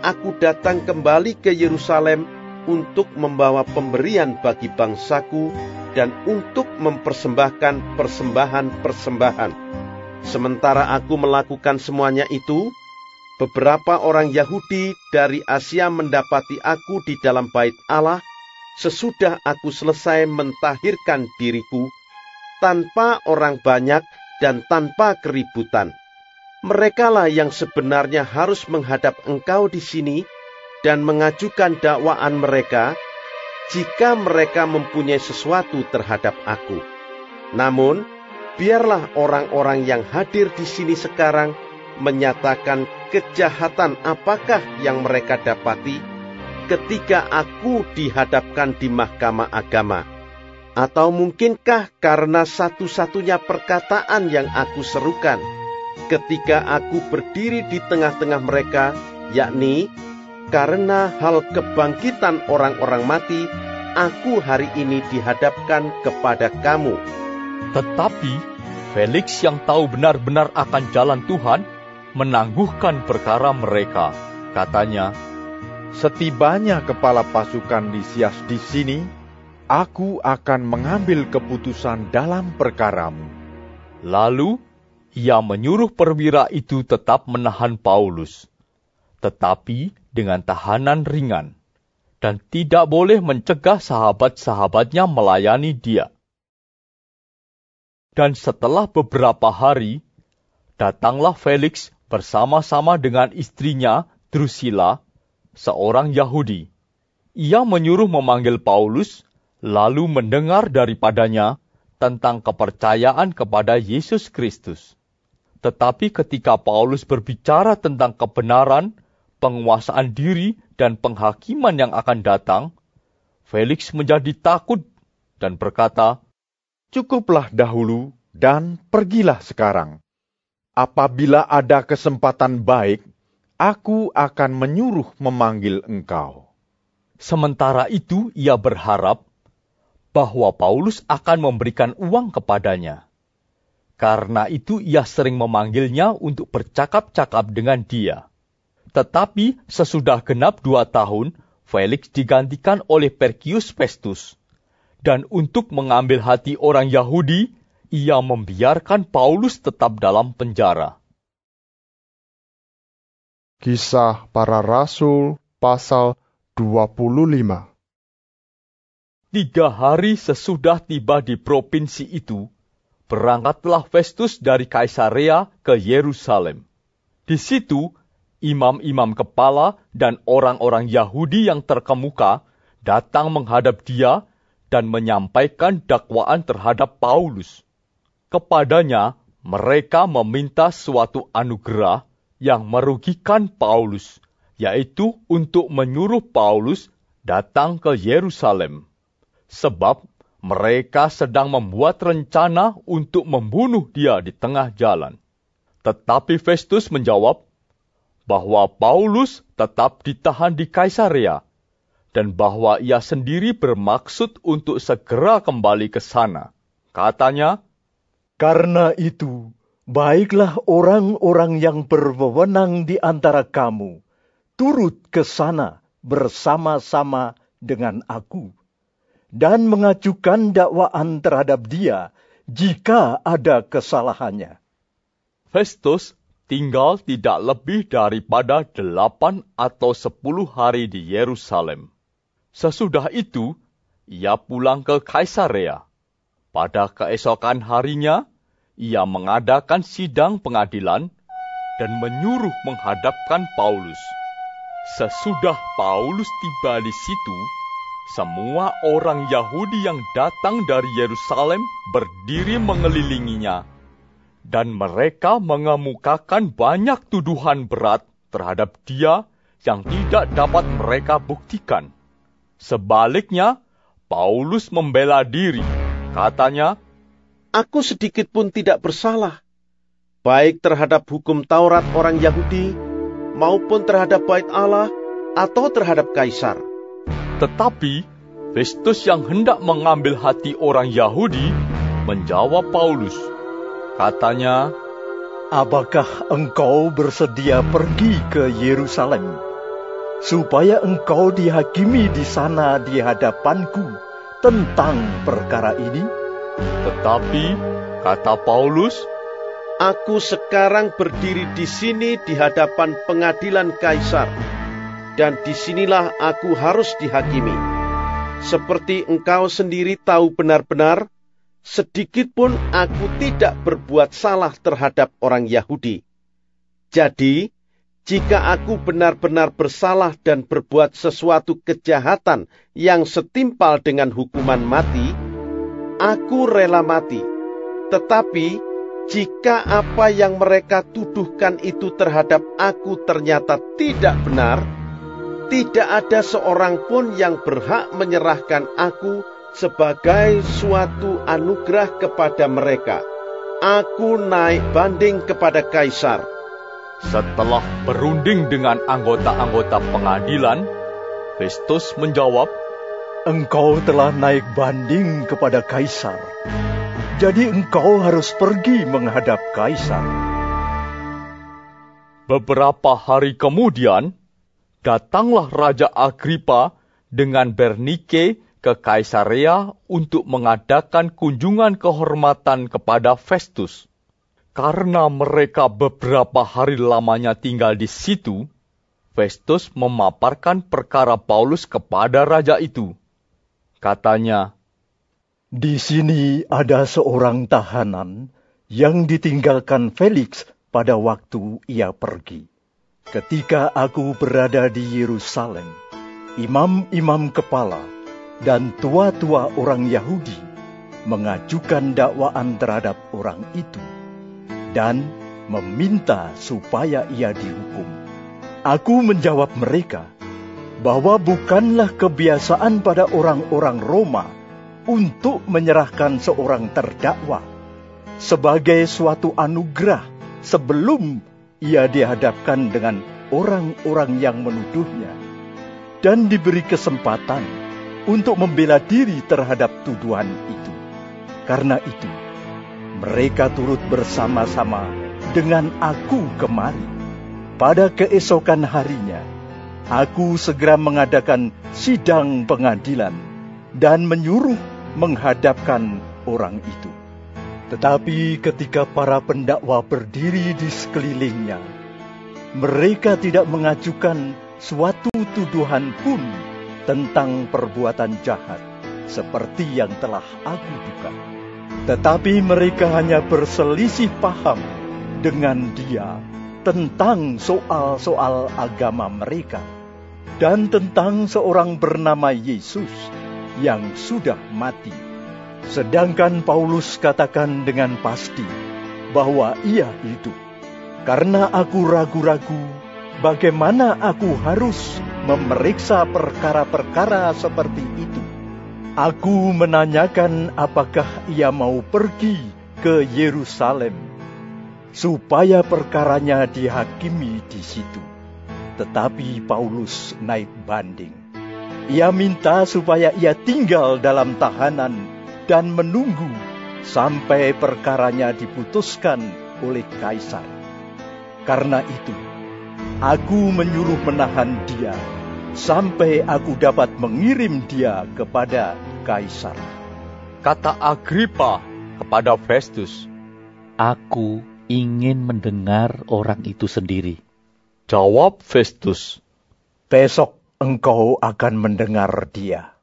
aku datang kembali ke Yerusalem untuk membawa pemberian bagi bangsaku dan untuk mempersembahkan persembahan-persembahan. Sementara aku melakukan semuanya itu, beberapa orang Yahudi dari Asia mendapati aku di dalam bait Allah sesudah aku selesai mentahirkan diriku, tanpa orang banyak dan tanpa keributan. Merekalah yang sebenarnya harus menghadap engkau di sini dan mengajukan dakwaan mereka jika mereka mempunyai sesuatu terhadap aku. Namun, biarlah orang-orang yang hadir di sini sekarang menyatakan kejahatan apakah yang mereka dapati ketika aku dihadapkan di mahkamah agama. Atau mungkinkah karena satu-satunya perkataan yang aku serukan ketika aku berdiri di tengah-tengah mereka, yakni, karena hal kebangkitan orang-orang mati, aku hari ini dihadapkan kepada kamu. Tetapi Felix yang tahu benar-benar akan jalan Tuhan, menangguhkan perkara mereka. Katanya, setibanya kepala pasukan Lisias di sini, aku akan mengambil keputusan dalam perkaramu. Lalu, ia menyuruh perwira itu tetap menahan Paulus, tetapi dengan tahanan ringan, dan tidak boleh mencegah sahabat-sahabatnya melayani dia. Dan setelah beberapa hari, datanglah Felix bersama-sama dengan istrinya Drusilla, seorang Yahudi. Ia menyuruh memanggil Paulus, lalu mendengar daripadanya tentang kepercayaan kepada Yesus Kristus. Tetapi ketika Paulus berbicara tentang kebenaran, penguasaan diri, dan penghakiman yang akan datang, Felix menjadi takut dan berkata, cukuplah dahulu dan pergilah sekarang. Apabila ada kesempatan baik, aku akan menyuruh memanggil engkau. Sementara itu ia berharap bahwa Paulus akan memberikan uang kepadanya. Karena itu ia sering memanggilnya untuk bercakap-cakap dengan dia. Tetapi sesudah genap 2 tahun, Felix digantikan oleh Porcius Festus. Dan untuk mengambil hati orang Yahudi, ia membiarkan Paulus tetap dalam penjara. Kisah Para Rasul pasal 25. 3 hari sesudah tiba di provinsi itu, berangkatlah Festus dari Kaisarea ke Yerusalem. Di situ, imam-imam kepala dan orang-orang Yahudi yang terkemuka datang menghadap dia dan menyampaikan dakwaan terhadap Paulus. Kepadanya, mereka meminta suatu anugerah yang merugikan Paulus, yaitu untuk menyuruh Paulus datang ke Yerusalem. Sebab mereka sedang membuat rencana untuk membunuh dia di tengah jalan. Tetapi Festus menjawab bahwa Paulus tetap ditahan di Kaisarea dan bahwa ia sendiri bermaksud untuk segera kembali ke sana. Katanya, karena itu, baiklah orang-orang yang berwenang di antara kamu turut ke sana bersama-sama dengan aku dan mengajukan dakwaan terhadap dia jika ada kesalahannya. Festus tinggal tidak lebih daripada 8 atau 10 hari di Yerusalem. Sesudah itu, ia pulang ke Kaisarea. Pada keesokan harinya, ia mengadakan sidang pengadilan dan menyuruh menghadapkan Paulus. Sesudah Paulus tiba di situ, semua orang Yahudi yang datang dari Yerusalem berdiri mengelilinginya, dan mereka mengemukakan banyak tuduhan berat terhadap dia yang tidak dapat mereka buktikan. Sebaliknya, Paulus membela diri. Katanya, aku sedikit pun tidak bersalah, baik terhadap hukum Taurat orang Yahudi, maupun terhadap bait Allah, atau terhadap Kaisar. Tetapi, Festus yang hendak mengambil hati orang Yahudi, menjawab Paulus. Katanya, apakah engkau bersedia pergi ke Yerusalem? supaya engkau dihakimi di sana di hadapanku tentang perkara ini? Tetapi, kata Paulus, aku sekarang berdiri di sini di hadapan pengadilan Kaisar, dan disinilah aku harus dihakimi. Seperti engkau sendiri tahu benar-benar, sedikit pun aku tidak berbuat salah terhadap orang Yahudi. Jadi, jika aku benar-benar bersalah dan berbuat sesuatu kejahatan yang setimpal dengan hukuman mati, aku rela mati. Tetapi, jika apa yang mereka tuduhkan itu terhadap aku ternyata tidak benar, tidak ada seorang pun yang berhak menyerahkan aku sebagai suatu anugerah kepada mereka. Aku naik banding kepada Kaisar. Setelah berunding dengan anggota-anggota pengadilan, Festus menjawab, engkau telah naik banding kepada Kaisar. Jadi engkau harus pergi menghadap Kaisar. Beberapa hari kemudian, datanglah Raja Agripa dengan Bernike ke Kaisarea untuk mengadakan kunjungan kehormatan kepada Festus. Karena mereka beberapa hari lamanya tinggal di situ, Festus memaparkan perkara Paulus kepada raja itu. Katanya, di sini ada seorang tahanan yang ditinggalkan Felix pada waktu ia pergi. Ketika aku berada di Yerusalem, imam-imam kepala dan tua-tua orang Yahudi mengajukan dakwaan terhadap orang itu dan meminta supaya ia dihukum. Aku menjawab mereka bahwa bukanlah kebiasaan pada orang-orang Roma untuk menyerahkan seorang terdakwa sebagai suatu anugerah sebelum ia dihadapkan dengan orang-orang yang menuduhnya dan diberi kesempatan untuk membela diri terhadap tuduhan itu. Karena itu, mereka turut bersama-sama dengan aku kemari. Pada keesokan harinya, aku segera mengadakan sidang pengadilan dan menyuruh menghadapkan orang itu. Tetapi ketika para pendakwa berdiri di sekelilingnya, mereka tidak mengajukan suatu tuduhan pun tentang perbuatan jahat seperti yang telah aku duga. Tetapi mereka hanya berselisih paham dengan dia tentang soal-soal agama mereka dan tentang seorang bernama Yesus yang sudah mati. Sedangkan Paulus katakan dengan pasti bahwa ia hidup. Karena aku ragu-ragu bagaimana aku harus memeriksa perkara-perkara seperti itu. Aku menanyakan apakah ia mau pergi ke Yerusalem supaya perkaranya dihakimi di situ. Tetapi Paulus naik banding. Ia minta supaya ia tinggal dalam tahanan dan menunggu sampai perkaranya diputuskan oleh Kaisar. Karena itu, aku menyuruh menahan dia sampai aku dapat mengirim dia kepada Kaisar. Kata Agripa kepada Festus, aku ingin mendengar orang itu sendiri. Jawab Festus, besok engkau akan mendengar dia.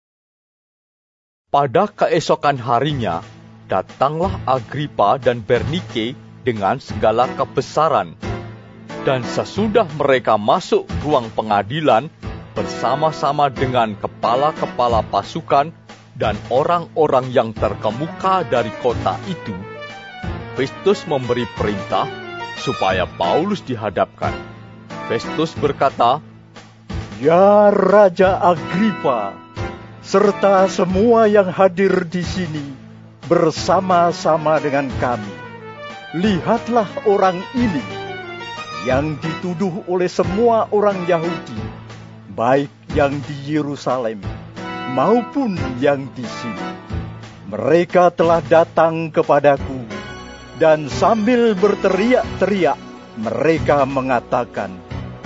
Pada keesokan harinya, datanglah Agripa dan Bernike dengan segala kebesaran. Dan sesudah mereka masuk ruang pengadilan bersama-sama dengan kepala-kepala pasukan dan orang-orang yang terkemuka dari kota itu, Festus memberi perintah supaya Paulus dihadapkan. Festus berkata, ya Raja Agripa, serta semua yang hadir di sini bersama-sama dengan kami, lihatlah orang ini yang dituduh oleh semua orang Yahudi, baik yang di Yerusalem maupun yang di sini. Mereka telah datang kepadaku, dan sambil berteriak-teriak mereka mengatakan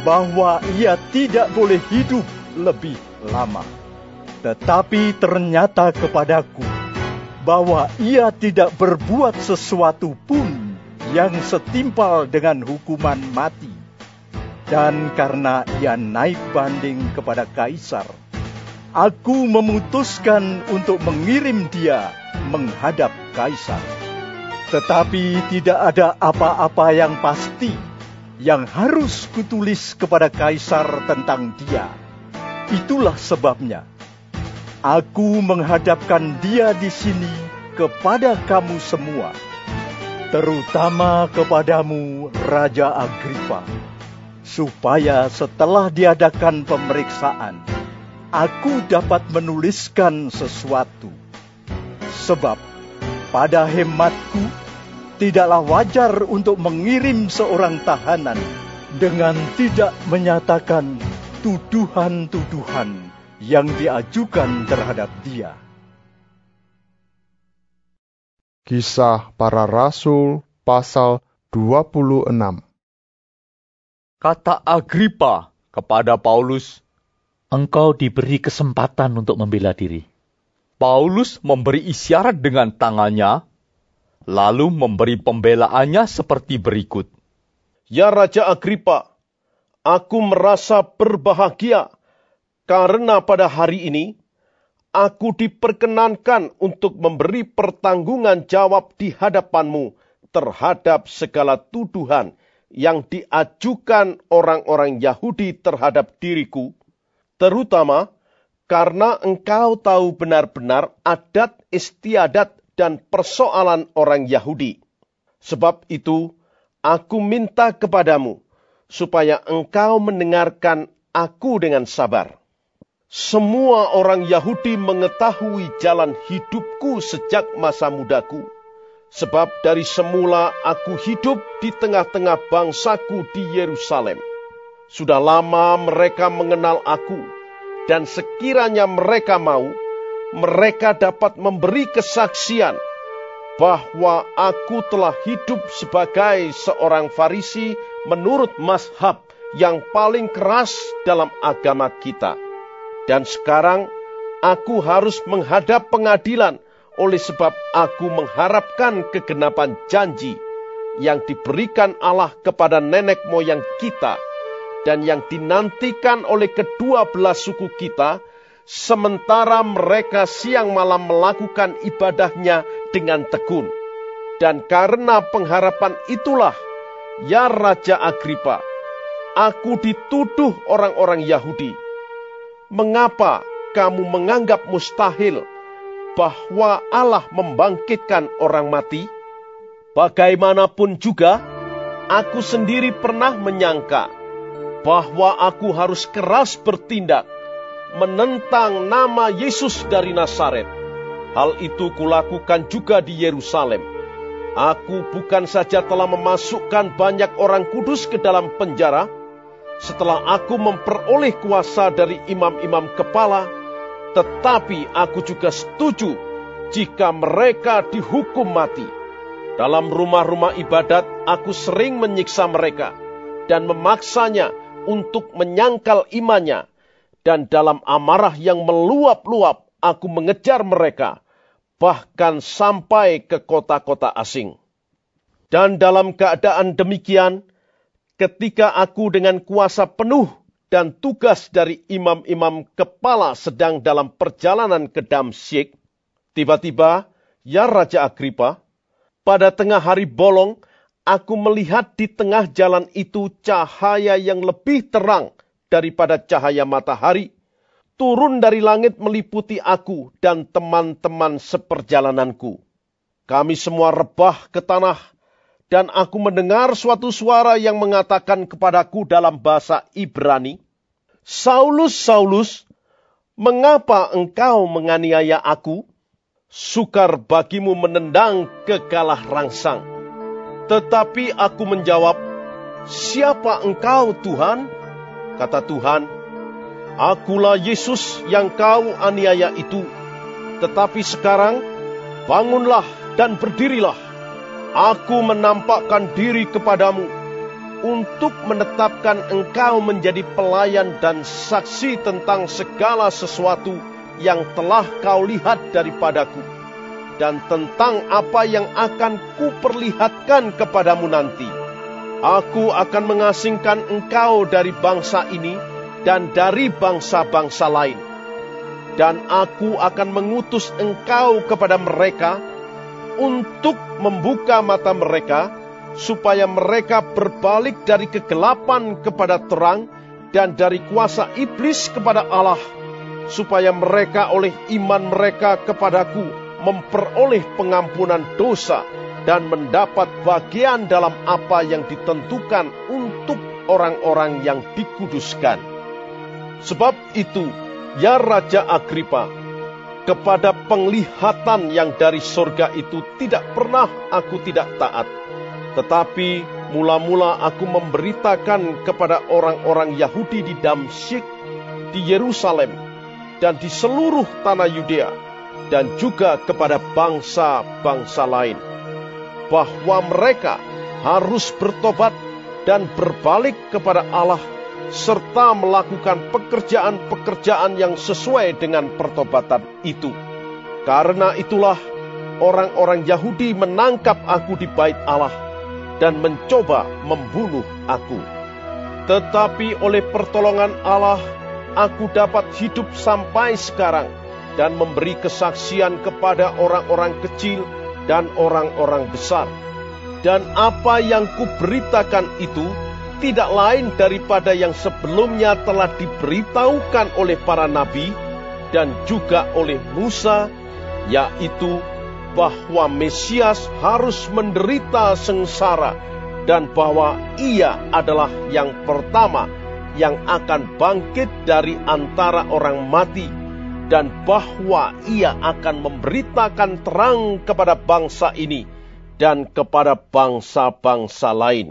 bahwa ia tidak boleh hidup lebih lama. Tetapi ternyata kepadaku bahwa ia tidak berbuat sesuatu pun yang setimpal dengan hukuman mati. Dan karena ia naik banding kepada Kaisar, aku memutuskan untuk mengirim dia menghadap Kaisar. Tetapi tidak ada apa-apa yang pasti yang harus kutulis kepada Kaisar tentang dia. Itulah sebabnya aku menghadapkan dia di sini kepada kamu semua, terutama kepadamu, Raja Agripa, supaya setelah diadakan pemeriksaan, aku dapat menuliskan sesuatu. Sebab pada hematku, tidaklah wajar untuk mengirim seorang tahanan dengan tidak menyatakan tuduhan-tuduhan yang diajukan terhadap dia. Kisah Para Rasul pasal 26. Kata Agripa kepada Paulus, "Engkau diberi kesempatan untuk membela diri." Paulus memberi isyarat dengan tangannya, lalu memberi pembelaannya seperti berikut. Ya Raja Agripa, aku merasa berbahagia karena pada hari ini aku diperkenankan untuk memberi pertanggungan jawab di hadapanmu terhadap segala tuduhan yang diajukan orang-orang Yahudi terhadap diriku, terutama karena engkau tahu benar-benar adat istiadat dan persoalan orang Yahudi. Sebab itu, aku minta kepadamu, supaya engkau mendengarkan aku dengan sabar. Semua orang Yahudi mengetahui jalan hidupku sejak masa mudaku. Sebab dari semula aku hidup di tengah-tengah bangsaku di Yerusalem. Sudah lama mereka mengenal aku, dan sekiranya mereka mau, mereka dapat memberi kesaksian bahwa aku telah hidup sebagai seorang Farisi menurut mazhab yang paling keras dalam agama kita. Dan sekarang aku harus menghadap pengadilan oleh sebab aku mengharapkan kegenapan janji yang diberikan Allah kepada nenek moyang kita dan yang dinantikan oleh kedua belah suku kita, sementara mereka siang malam melakukan ibadahnya dengan tekun. Dan karena pengharapan itulah, ya Raja Agripa, aku dituduh orang-orang Yahudi. Mengapa kamu menganggap mustahil bahwa Allah membangkitkan orang mati? Bagaimanapun juga, aku sendiri pernah menyangka bahwa aku harus keras bertindak menentang nama Yesus dari Nazaret. Hal itu kulakukan juga di Yerusalem. Aku bukan saja telah memasukkan banyak orang kudus ke dalam penjara, setelah aku memperoleh kuasa dari imam-imam kepala, tetapi aku juga setuju jika mereka dihukum mati. Dalam rumah-rumah ibadat, aku sering menyiksa mereka dan memaksanya untuk menyangkal imannya. Dan dalam amarah yang meluap-luap, aku mengejar mereka, bahkan sampai ke kota-kota asing. Dan dalam keadaan demikian, ketika aku dengan kuasa penuh dan tugas dari imam-imam kepala sedang dalam perjalanan ke Damsyik, tiba-tiba, ya Raja Agripa, pada tengah hari bolong, aku melihat di tengah jalan itu cahaya yang lebih terang daripada cahaya matahari, turun dari langit meliputi aku dan teman-teman seperjalananku. Kami semua rebah ke tanah, dan aku mendengar suatu suara yang mengatakan kepadaku dalam bahasa Ibrani, "Saulus, Saulus, mengapa engkau menganiaya aku? Sukar bagimu menendang kekalah rangsang." Tetapi aku menjawab, "Siapa engkau, Tuhan?" Kata Tuhan, "Akulah Yesus yang kau aniaya itu. Tetapi sekarang, bangunlah dan berdirilah. Aku menampakkan diri kepadamu, untuk menetapkan engkau menjadi pelayan dan saksi tentang segala sesuatu yang telah kau lihat daripadaku, dan tentang apa yang akan kuperlihatkan kepadamu nanti. Aku akan mengasingkan engkau dari bangsa ini dan dari bangsa-bangsa lain. Dan aku akan mengutus engkau kepada mereka untuk membuka mata mereka, supaya mereka berbalik dari kegelapan kepada terang dan dari kuasa iblis kepada Allah, supaya mereka oleh iman mereka kepadaku memperoleh pengampunan dosa dan mendapat bagian dalam apa yang ditentukan untuk orang-orang yang dikuduskan. Sebab itu, ya Raja Agripa, kepada penglihatan yang dari sorga itu tidak pernah aku tidak taat. Tetapi mula-mula aku memberitakan kepada orang-orang Yahudi di Damsyik, di Yerusalem, dan di seluruh tanah Yudea, dan juga kepada bangsa-bangsa lain, bahwa mereka harus bertobat dan berbalik kepada Allah, serta melakukan pekerjaan-pekerjaan yang sesuai dengan pertobatan itu. Karena itulah orang-orang Yahudi menangkap aku di bait Allah dan mencoba membunuh aku. Tetapi oleh pertolongan Allah, aku dapat hidup sampai sekarang dan memberi kesaksian kepada orang-orang kecil dan orang-orang besar. Dan apa yang kuberitakan itu tidak lain daripada yang sebelumnya telah diberitahukan oleh para nabi dan juga oleh Musa, yaitu bahwa Mesias harus menderita sengsara dan bahwa ia adalah yang pertama yang akan bangkit dari antara orang mati, dan bahwa ia akan memberitakan terang kepada bangsa ini dan kepada bangsa-bangsa lain.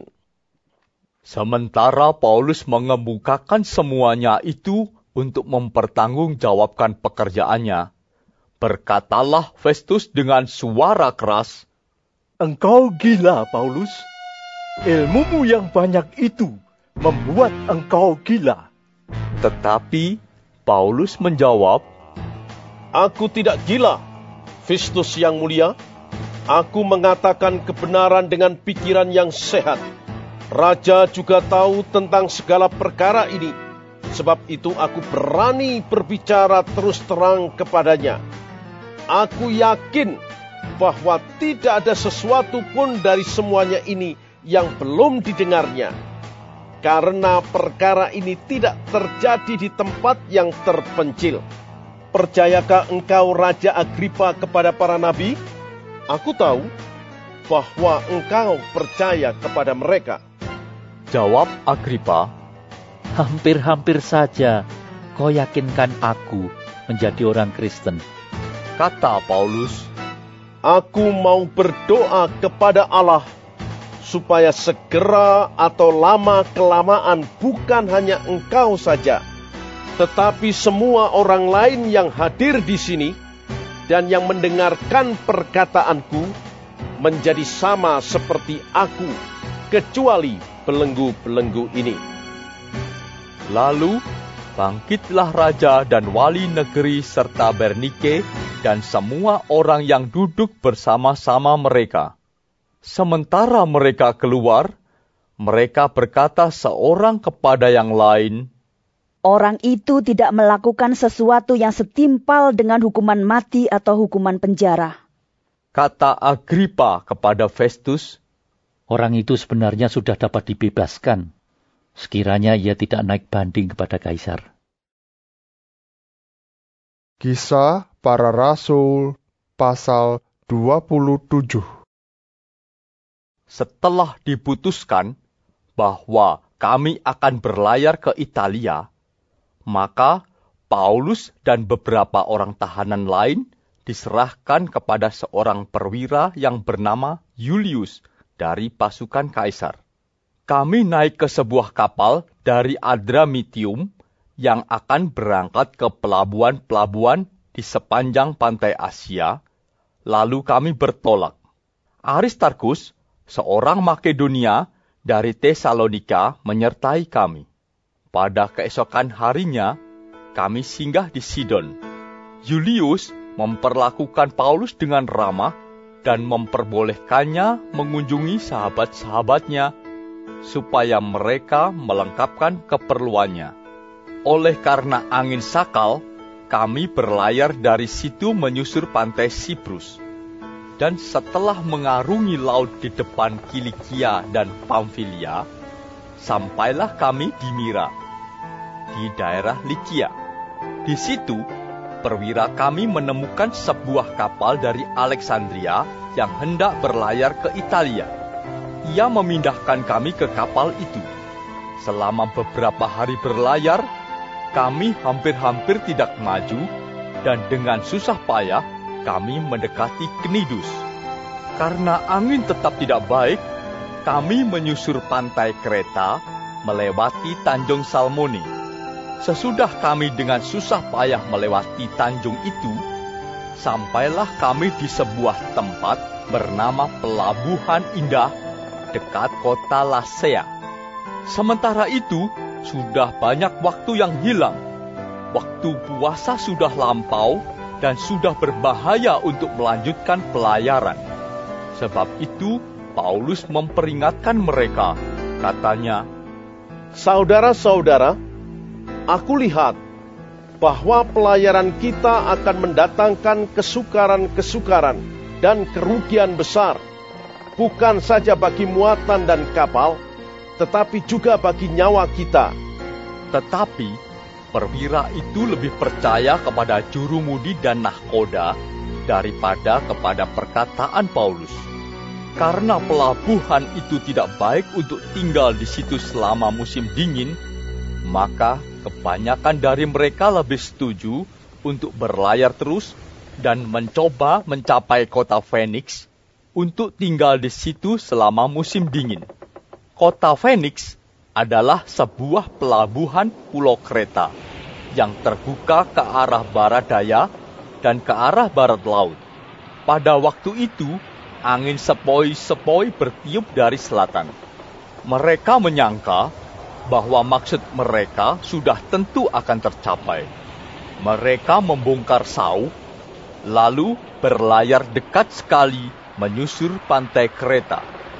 Sementara Paulus mengemukakan semuanya itu untuk mempertanggungjawabkan pekerjaannya, berkatalah Festus dengan suara keras, "Engkau gila, Paulus. Ilmumu yang banyak itu membuat engkau gila." Tetapi Paulus menjawab, "Aku tidak gila, Festus yang mulia. Aku mengatakan kebenaran dengan pikiran yang sehat. Raja juga tahu tentang segala perkara ini. Sebab itu aku berani berbicara terus terang kepadanya. Aku yakin bahwa tidak ada sesuatu pun dari semuanya ini yang belum didengarnya. Karena perkara ini tidak terjadi di tempat yang terpencil. Percayakah engkau, Raja Agripa, kepada para nabi? Aku tahu bahwa engkau percaya kepada mereka." Jawab Agripa, "Hampir-hampir saja kau yakinkan aku menjadi orang Kristen." Kata Paulus, "Aku mau berdoa kepada Allah supaya segera atau lama-kelamaan bukan hanya engkau saja, tetapi semua orang lain yang hadir di sini dan yang mendengarkan perkataanku menjadi sama seperti aku, kecuali belenggu-belenggu ini." Lalu bangkitlah raja dan wali negeri serta Bernike dan semua orang yang duduk bersama-sama mereka. Sementara mereka keluar, mereka berkata seorang kepada yang lain, "Orang itu tidak melakukan sesuatu yang setimpal dengan hukuman mati atau hukuman penjara." Kata Agripa kepada Festus, "Orang itu sebenarnya sudah dapat dibebaskan, sekiranya ia tidak naik banding kepada Kaisar." Kisah Para Rasul pasal 27. Setelah diputuskan bahwa kami akan berlayar ke Italia, maka Paulus dan beberapa orang tahanan lain diserahkan kepada seorang perwira yang bernama Julius dari pasukan Kaisar. Kami naik ke sebuah kapal dari Adramitium yang akan berangkat ke pelabuhan-pelabuhan di sepanjang pantai Asia, lalu kami bertolak. Aristarkus, seorang Makedonia dari Tesalonika menyertai kami. Pada keesokan harinya, kami singgah di Sidon. Julius memperlakukan Paulus dengan ramah dan memperbolehkannya mengunjungi sahabat-sahabatnya supaya mereka melengkapkan keperluannya. Oleh karena angin sakal, kami berlayar dari situ menyusur pantai Siprus. Dan setelah mengarungi laut di depan Kilikia dan Pamfilia, sampailah kami di Mira, di daerah Likia. Di situ, perwira kami menemukan sebuah kapal dari Alexandria yang hendak berlayar ke Italia. Ia memindahkan kami ke kapal itu. Selama beberapa hari berlayar, kami hampir-hampir tidak maju, dan dengan susah payah kami mendekati Knidus. Karena angin tetap tidak baik, kami menyusur pantai Kreta, melewati Tanjung Salmone. Sesudah kami dengan susah payah melewati tanjung itu, sampailah kami di sebuah tempat bernama Pelabuhan Indah dekat kota Lasea. Sementara itu, sudah banyak waktu yang hilang. Waktu puasa sudah lampau dan sudah berbahaya untuk melanjutkan pelayaran. Sebab itu, Paulus memperingatkan mereka, katanya, "Saudara-saudara, aku lihat bahwa pelayaran kita akan mendatangkan kesukaran-kesukaran dan kerugian besar, bukan saja bagi muatan dan kapal, tetapi juga bagi nyawa kita." Tetapi perwira itu lebih percaya kepada jurumudi dan nahkoda daripada kepada perkataan Paulus. Karena pelabuhan itu tidak baik untuk tinggal di situ selama musim dingin, maka kebanyakan dari mereka lebih setuju untuk berlayar terus dan mencoba mencapai kota Phoenix untuk tinggal di situ selama musim dingin. Kota Phoenix adalah sebuah pelabuhan pulau Kreta yang terbuka ke arah barat daya dan ke arah barat laut. Pada waktu itu, angin sepoi-sepoi bertiup dari selatan. Mereka menyangka bahwa maksud mereka sudah tentu akan tercapai. Mereka membongkar sauh, lalu berlayar dekat sekali menyusur pantai Kreta.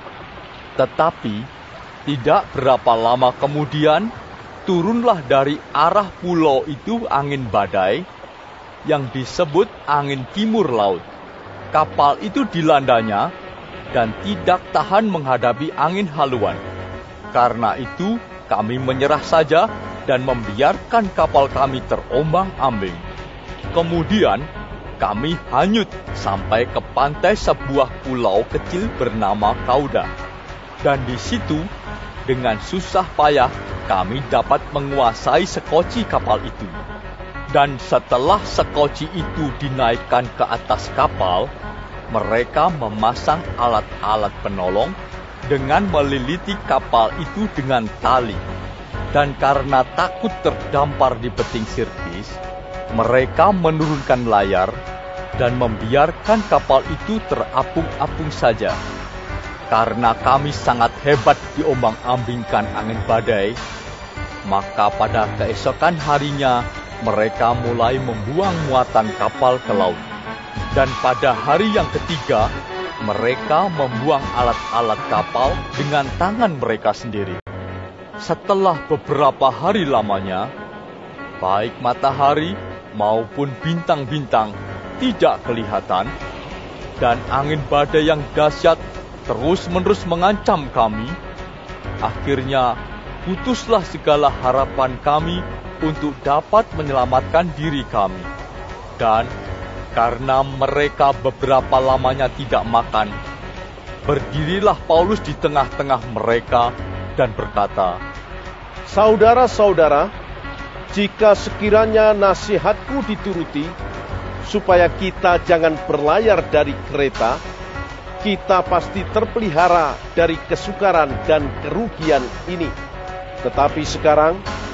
Tetapi tidak berapa lama kemudian, turunlah dari arah pulau itu angin badai yang disebut angin timur laut. Kapal itu dilandanya dan tidak tahan menghadapi angin haluan. Karena itu, kami menyerah saja dan membiarkan kapal kami terombang-ambing. Kemudian, kami hanyut sampai ke pantai sebuah pulau kecil bernama Kauda. Dan di situ, dengan susah payah, kami dapat menguasai sekoci kapal itu. Dan setelah sekoci itu dinaikkan ke atas kapal, mereka memasang alat-alat penolong dengan meliliti kapal itu dengan tali. Dan karena takut terdampar di beting sirtis, mereka menurunkan layar dan membiarkan kapal itu terapung-apung saja. Karena kami sangat hebat diombang-ambingkan angin badai, maka pada keesokan harinya mereka mulai membuang muatan kapal ke laut. Dan pada hari yang ketiga, mereka membuang alat-alat kapal dengan tangan mereka sendiri. Setelah beberapa hari lamanya, baik matahari maupun bintang-bintang tidak kelihatan, dan angin badai yang dahsyat terus-menerus mengancam kami. Akhirnya, putuslah segala harapan kami untuk dapat menyelamatkan diri kami. Dan karena mereka beberapa lamanya tidak makan, berdirilah Paulus di tengah-tengah mereka dan berkata, "Saudara-saudara, jika sekiranya nasihatku dituruti, supaya kita jangan berlayar dari Kreta, kita pasti terpelihara dari kesukaran dan kerugian ini. Tetapi sekarang,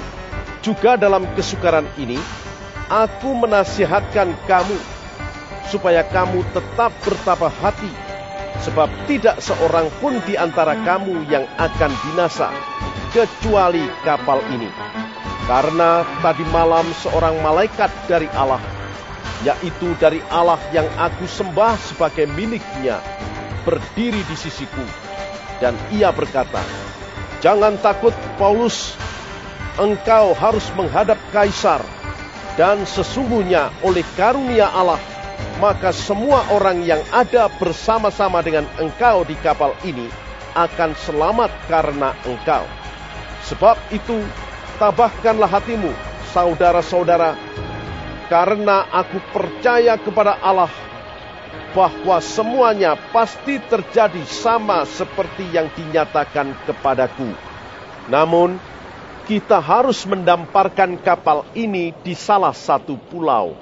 juga dalam kesukaran ini, aku menasihatkan kamu, supaya kamu tetap bertabah hati, sebab tidak seorang pun di antara kamu yang akan binasa, kecuali kapal ini. Karena tadi malam seorang malaikat dari Allah, yaitu dari Allah yang aku sembah sebagai miliknya, berdiri di sisiku, dan ia berkata, "Jangan takut, Paulus, engkau harus menghadap Kaisar, dan sesungguhnya oleh karunia Allah, maka semua orang yang ada bersama-sama dengan engkau di kapal ini akan selamat karena engkau. Sebab itu, tabahkanlah hatimu, saudara-saudara, karena aku percaya kepada Allah bahwa semuanya pasti terjadi sama seperti yang dinyatakan kepadaku. Namun, kita harus mendamparkan kapal ini di salah satu pulau."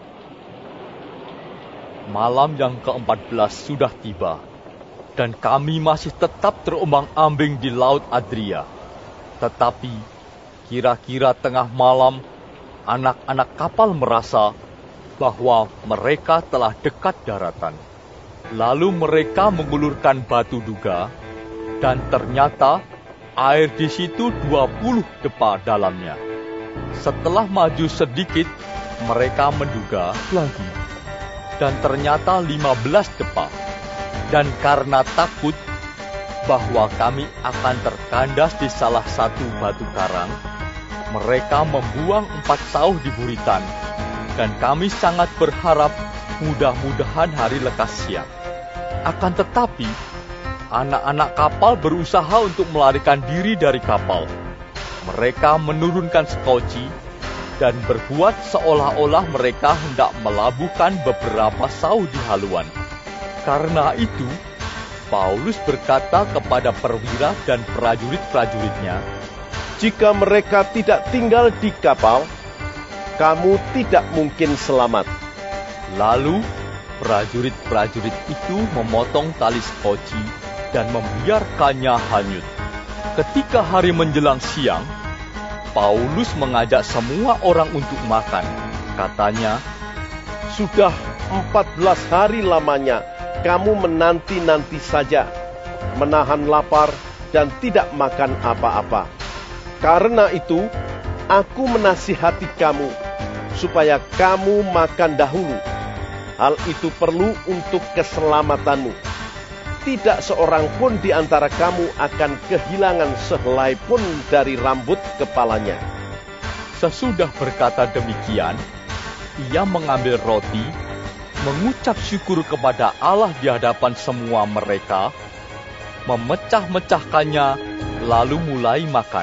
Malam yang ke-14 sudah tiba, dan kami masih tetap terombang-ambing di Laut Adria. Tetapi, kira-kira tengah malam, anak-anak kapal merasa bahwa mereka telah dekat daratan. Lalu mereka mengulurkan batu duga, dan ternyata air di situ 20 depa dalamnya. Setelah maju sedikit, mereka menduga lagi, dan ternyata 15 depa. Dan karena takut bahwa kami akan terkandas di salah satu batu karang, mereka membuang 4 sauh di buritan, dan kami sangat berharap mudah-mudahan hari lekas siang. Akan tetapi, anak-anak kapal berusaha untuk melarikan diri dari kapal. Mereka menurunkan sekoci dan berbuat seolah-olah mereka hendak melabuhkan beberapa sauh di haluan. Karena itu, Paulus berkata kepada perwira dan prajurit-prajuritnya, "Jika mereka tidak tinggal di kapal, kamu tidak mungkin selamat." Lalu, prajurit-prajurit itu memotong tali sekoci dan membiarkannya hanyut. Ketika hari menjelang siang, Paulus mengajak semua orang untuk makan. Katanya, "Sudah 14 hari lamanya kamu menanti-nanti saja, menahan lapar dan tidak makan apa-apa. Karena itu, aku menasihati kamu, supaya kamu makan dahulu. Hal itu perlu untuk keselamatanmu. Tidak seorang pun di antara kamu akan kehilangan sehelai pun dari rambut kepalanya." Sesudah berkata demikian, ia mengambil roti, mengucap syukur kepada Allah di hadapan semua mereka, memecah-mecahkannya, lalu mulai makan.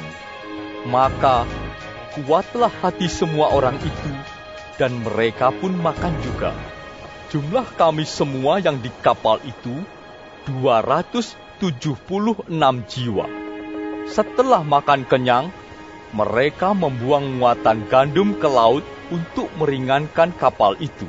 Maka kuatlah hati semua orang itu, dan mereka pun makan juga. Jumlah kami semua yang di kapal itu 276 jiwa. Setelah makan kenyang, mereka membuang muatan gandum ke laut untuk meringankan kapal itu.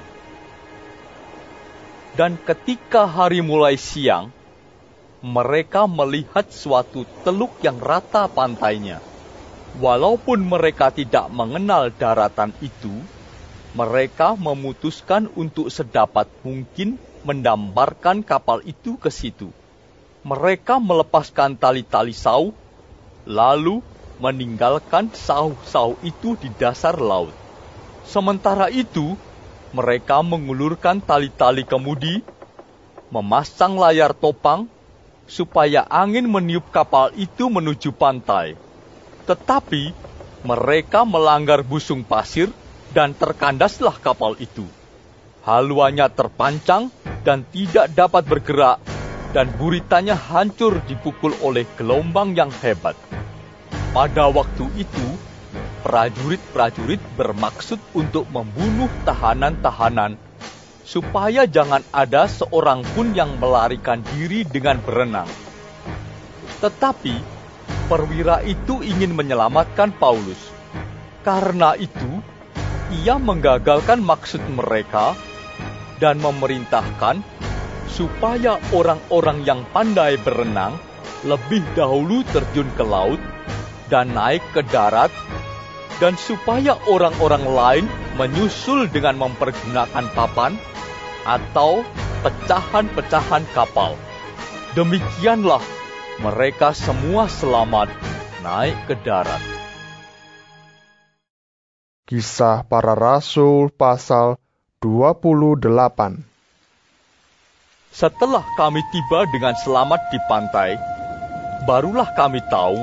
Dan ketika hari mulai siang, mereka melihat suatu teluk yang rata pantainya. Walaupun mereka tidak mengenal daratan itu, mereka memutuskan untuk sedapat mungkin mendamparkan kapal itu ke situ. Mereka melepaskan tali-tali sauh, lalu meninggalkan sauh-sauh itu di dasar laut. Sementara itu, mereka mengulurkan tali-tali kemudi, memasang layar topang, supaya angin meniup kapal itu menuju pantai. Tetapi, mereka melanggar busung pasir, dan terkandaslah kapal itu. Haluannya terpancang dan tidak dapat bergerak, dan buritannya hancur dipukul oleh gelombang yang hebat. Pada waktu itu, prajurit-prajurit bermaksud untuk membunuh tahanan-tahanan, supaya jangan ada seorang pun yang melarikan diri dengan berenang. Tetapi, perwira itu ingin menyelamatkan Paulus. Karena itu, ia menggagalkan maksud mereka dan memerintahkan supaya orang-orang yang pandai berenang lebih dahulu terjun ke laut dan naik ke darat, dan supaya orang-orang lain menyusul dengan mempergunakan papan atau pecahan-pecahan kapal. Demikianlah mereka semua selamat naik ke darat. Kisah Para Rasul pasal 28. Setelah kami tiba dengan selamat di pantai, barulah kami tahu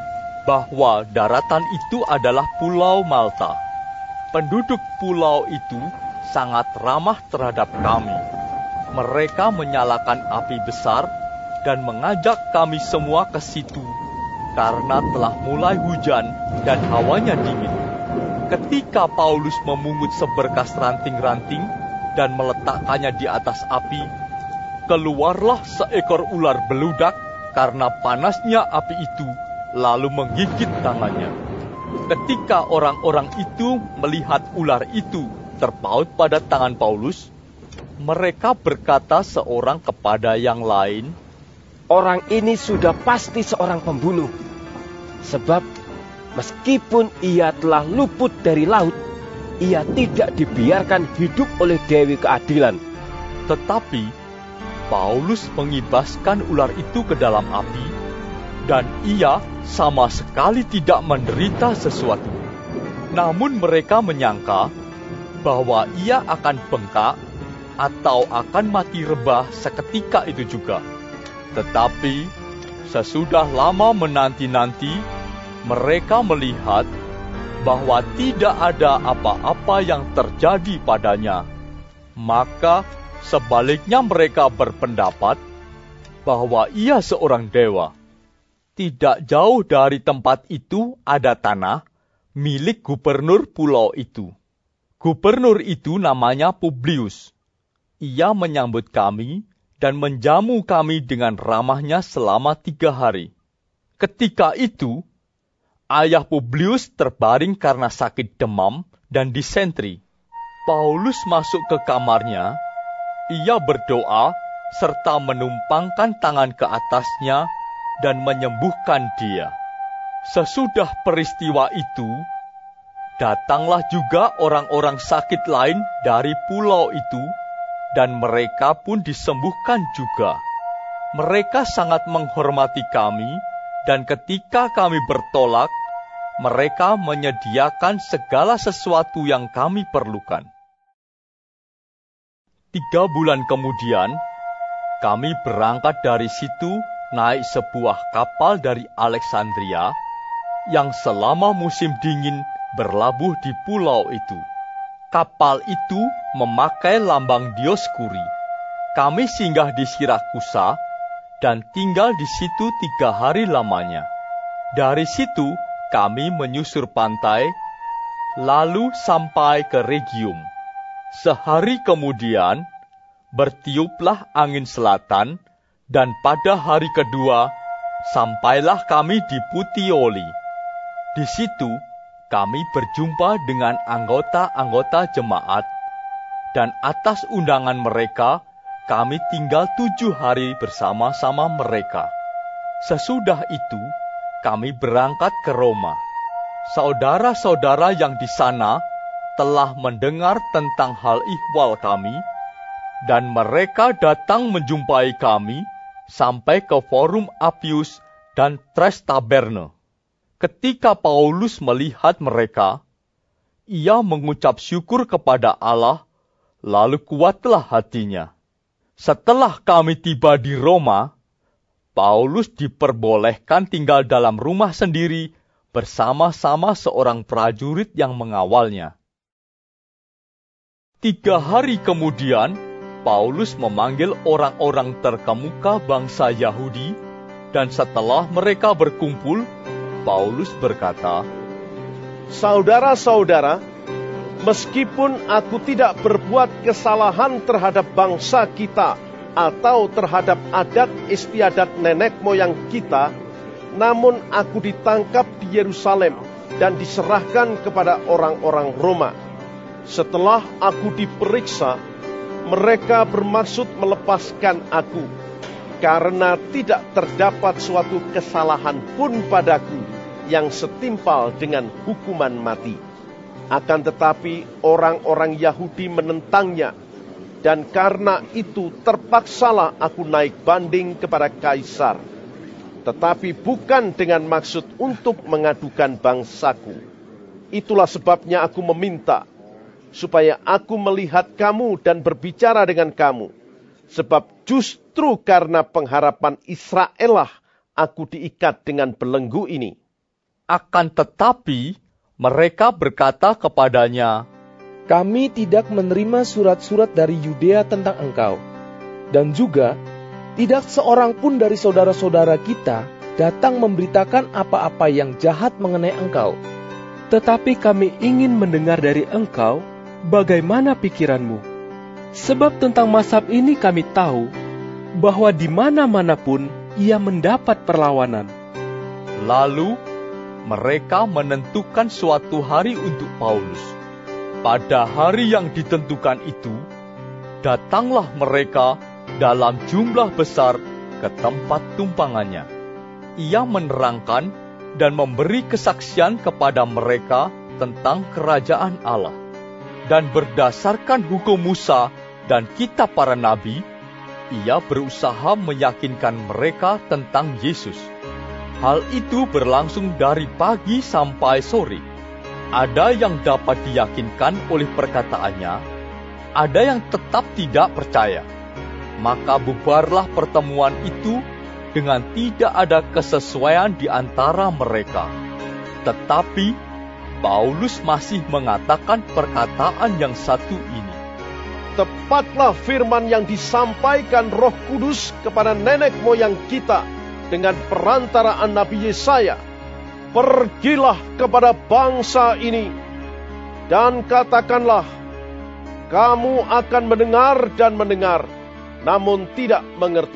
bahwa daratan itu adalah Pulau Malta. Penduduk pulau itu sangat ramah terhadap kami. Mereka menyalakan api besar dan mengajak kami semua ke situ karena telah mulai hujan dan hawanya dingin. Ketika Paulus memungut seberkas ranting-ranting dan meletakkannya di atas api, keluarlah seekor ular beludak karena panasnya api itu lalu menggigit tangannya. Ketika orang-orang itu melihat ular itu terpaut pada tangan Paulus, mereka berkata seorang kepada yang lain, "Orang ini sudah pasti seorang pembunuh, sebab meskipun ia telah luput dari laut, ia tidak dibiarkan hidup oleh Dewi Keadilan." Tetapi Paulus mengibaskan ular itu ke dalam api, dan ia sama sekali tidak menderita sesuatu. Namun mereka menyangka bahwa ia akan bengkak atau akan mati rebah seketika itu juga. Tetapi sesudah lama menanti-nanti, mereka melihat bahwa tidak ada apa-apa yang terjadi padanya. Maka sebaliknya mereka berpendapat bahwa ia seorang dewa. Tidak jauh dari tempat itu ada tanah milik gubernur pulau itu. Gubernur itu namanya Publius. Ia menyambut kami dan menjamu kami dengan ramahnya selama 3 hari. Ketika itu, ayah Publius terbaring karena sakit demam dan disentri. Paulus masuk ke kamarnya, ia berdoa serta menumpangkan tangan ke atasnya dan menyembuhkan dia. Sesudah peristiwa itu, datanglah juga orang-orang sakit lain dari pulau itu, dan mereka pun disembuhkan juga. Mereka sangat menghormati kami, dan ketika kami bertolak, mereka menyediakan segala sesuatu yang kami perlukan. 3 bulan kemudian, kami berangkat dari situ naik sebuah kapal dari Alexandria yang selama musim dingin berlabuh di pulau itu. Kapal itu memakai lambang Dioskuri. Kami singgah di Sirakusa dan tinggal di situ 3 hari lamanya. Dari situ kami menyusur pantai, lalu sampai ke Rhegium. Sehari kemudian, bertiuplah angin selatan, dan pada hari kedua, sampailah kami di Puteoli. Di situ, kami berjumpa dengan anggota-anggota jemaat, dan atas undangan mereka, kami tinggal 7 hari bersama-sama mereka. Sesudah itu, kami berangkat ke Roma. Saudara-saudara yang di sana telah mendengar tentang hal ihwal kami, dan mereka datang menjumpai kami sampai ke Forum Appius dan Tres Taberne. Ketika Paulus melihat mereka, ia mengucap syukur kepada Allah, lalu kuatlah hatinya. Setelah kami tiba di Roma, Paulus diperbolehkan tinggal dalam rumah sendiri bersama-sama seorang prajurit yang mengawalnya. 3 hari kemudian, Paulus memanggil orang-orang terkemuka bangsa Yahudi, dan setelah mereka berkumpul, Paulus berkata, "Saudara-saudara, meskipun aku tidak berbuat kesalahan terhadap bangsa kita atau terhadap adat istiadat nenek moyang kita, namun aku ditangkap di Yerusalem dan diserahkan kepada orang-orang Roma. Setelah aku diperiksa, mereka bermaksud melepaskan aku, karena tidak terdapat suatu kesalahan pun padaku yang setimpal dengan hukuman mati. Akan tetapi orang-orang Yahudi menentangnya, dan karena itu terpaksalah aku naik banding kepada Kaisar. Tetapi bukan dengan maksud untuk mengadukan bangsaku. Itulah sebabnya aku meminta, supaya aku melihat kamu dan berbicara dengan kamu. Sebab justru karena pengharapan Israel lah aku diikat dengan belenggu ini. Akan tetapi mereka berkata kepadanya, Kami tidak menerima surat-surat dari Yudea tentang engkau, dan juga tidak seorang pun dari saudara-saudara kita datang memberitakan apa-apa yang jahat mengenai engkau. Tetapi kami ingin mendengar dari engkau bagaimana pikiranmu. Sebab tentang mazhab ini kami tahu bahwa di mana-mana pun ia mendapat perlawanan. Lalu mereka menentukan suatu hari untuk Paulus. Pada hari yang ditentukan itu, datanglah mereka dalam jumlah besar ke tempat tumpangannya. Ia menerangkan dan memberi kesaksian kepada mereka tentang kerajaan Allah. Dan berdasarkan hukum Musa dan kitab para nabi, ia berusaha meyakinkan mereka tentang Yesus. Hal itu berlangsung dari pagi sampai sore. Ada yang dapat diyakinkan oleh perkataannya, ada yang tetap tidak percaya. Maka bubarlah pertemuan itu dengan tidak ada kesesuaian di antara mereka. Tetapi Paulus masih mengatakan perkataan yang satu ini. Tepatlah firman yang disampaikan Roh Kudus kepada nenek moyang kita dengan perantaraan Nabi Yesaya. Pergilah kepada bangsa ini dan katakanlah, kamu akan mendengar dan mendengar, namun tidak mengerti.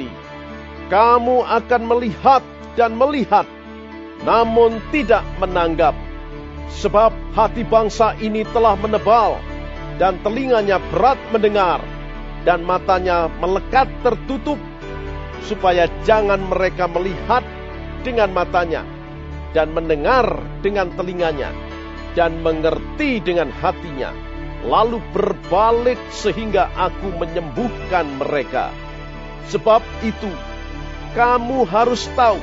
Kamu akan melihat dan melihat, namun tidak menanggap. Sebab hati bangsa ini telah menebal, dan telinganya berat mendengar, dan matanya melekat tertutup, supaya jangan mereka melihat dengan matanya, dan mendengar dengan telinganya, dan mengerti dengan hatinya, lalu berbalik sehingga aku menyembuhkan mereka. Sebab itu, kamu harus tahu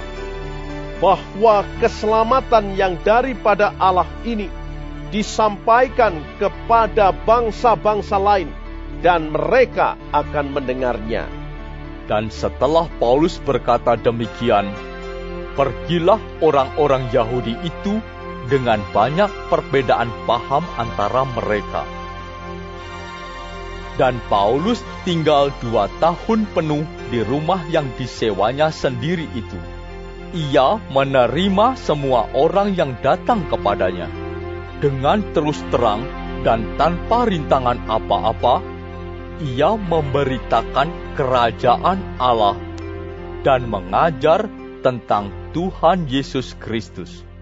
bahwa keselamatan yang daripada Allah ini disampaikan kepada bangsa-bangsa lain, dan mereka akan mendengarnya. Dan setelah Paulus berkata demikian, pergilah orang-orang Yahudi itu dengan banyak perbedaan paham antara mereka. Dan Paulus tinggal 2 tahun penuh di rumah yang disewanya sendiri itu. Ia menerima semua orang yang datang kepadanya. Dengan terus terang dan tanpa rintangan apa-apa, ia memberitakan kerajaan Allah dan mengajar tentang Tuhan Yesus Kristus.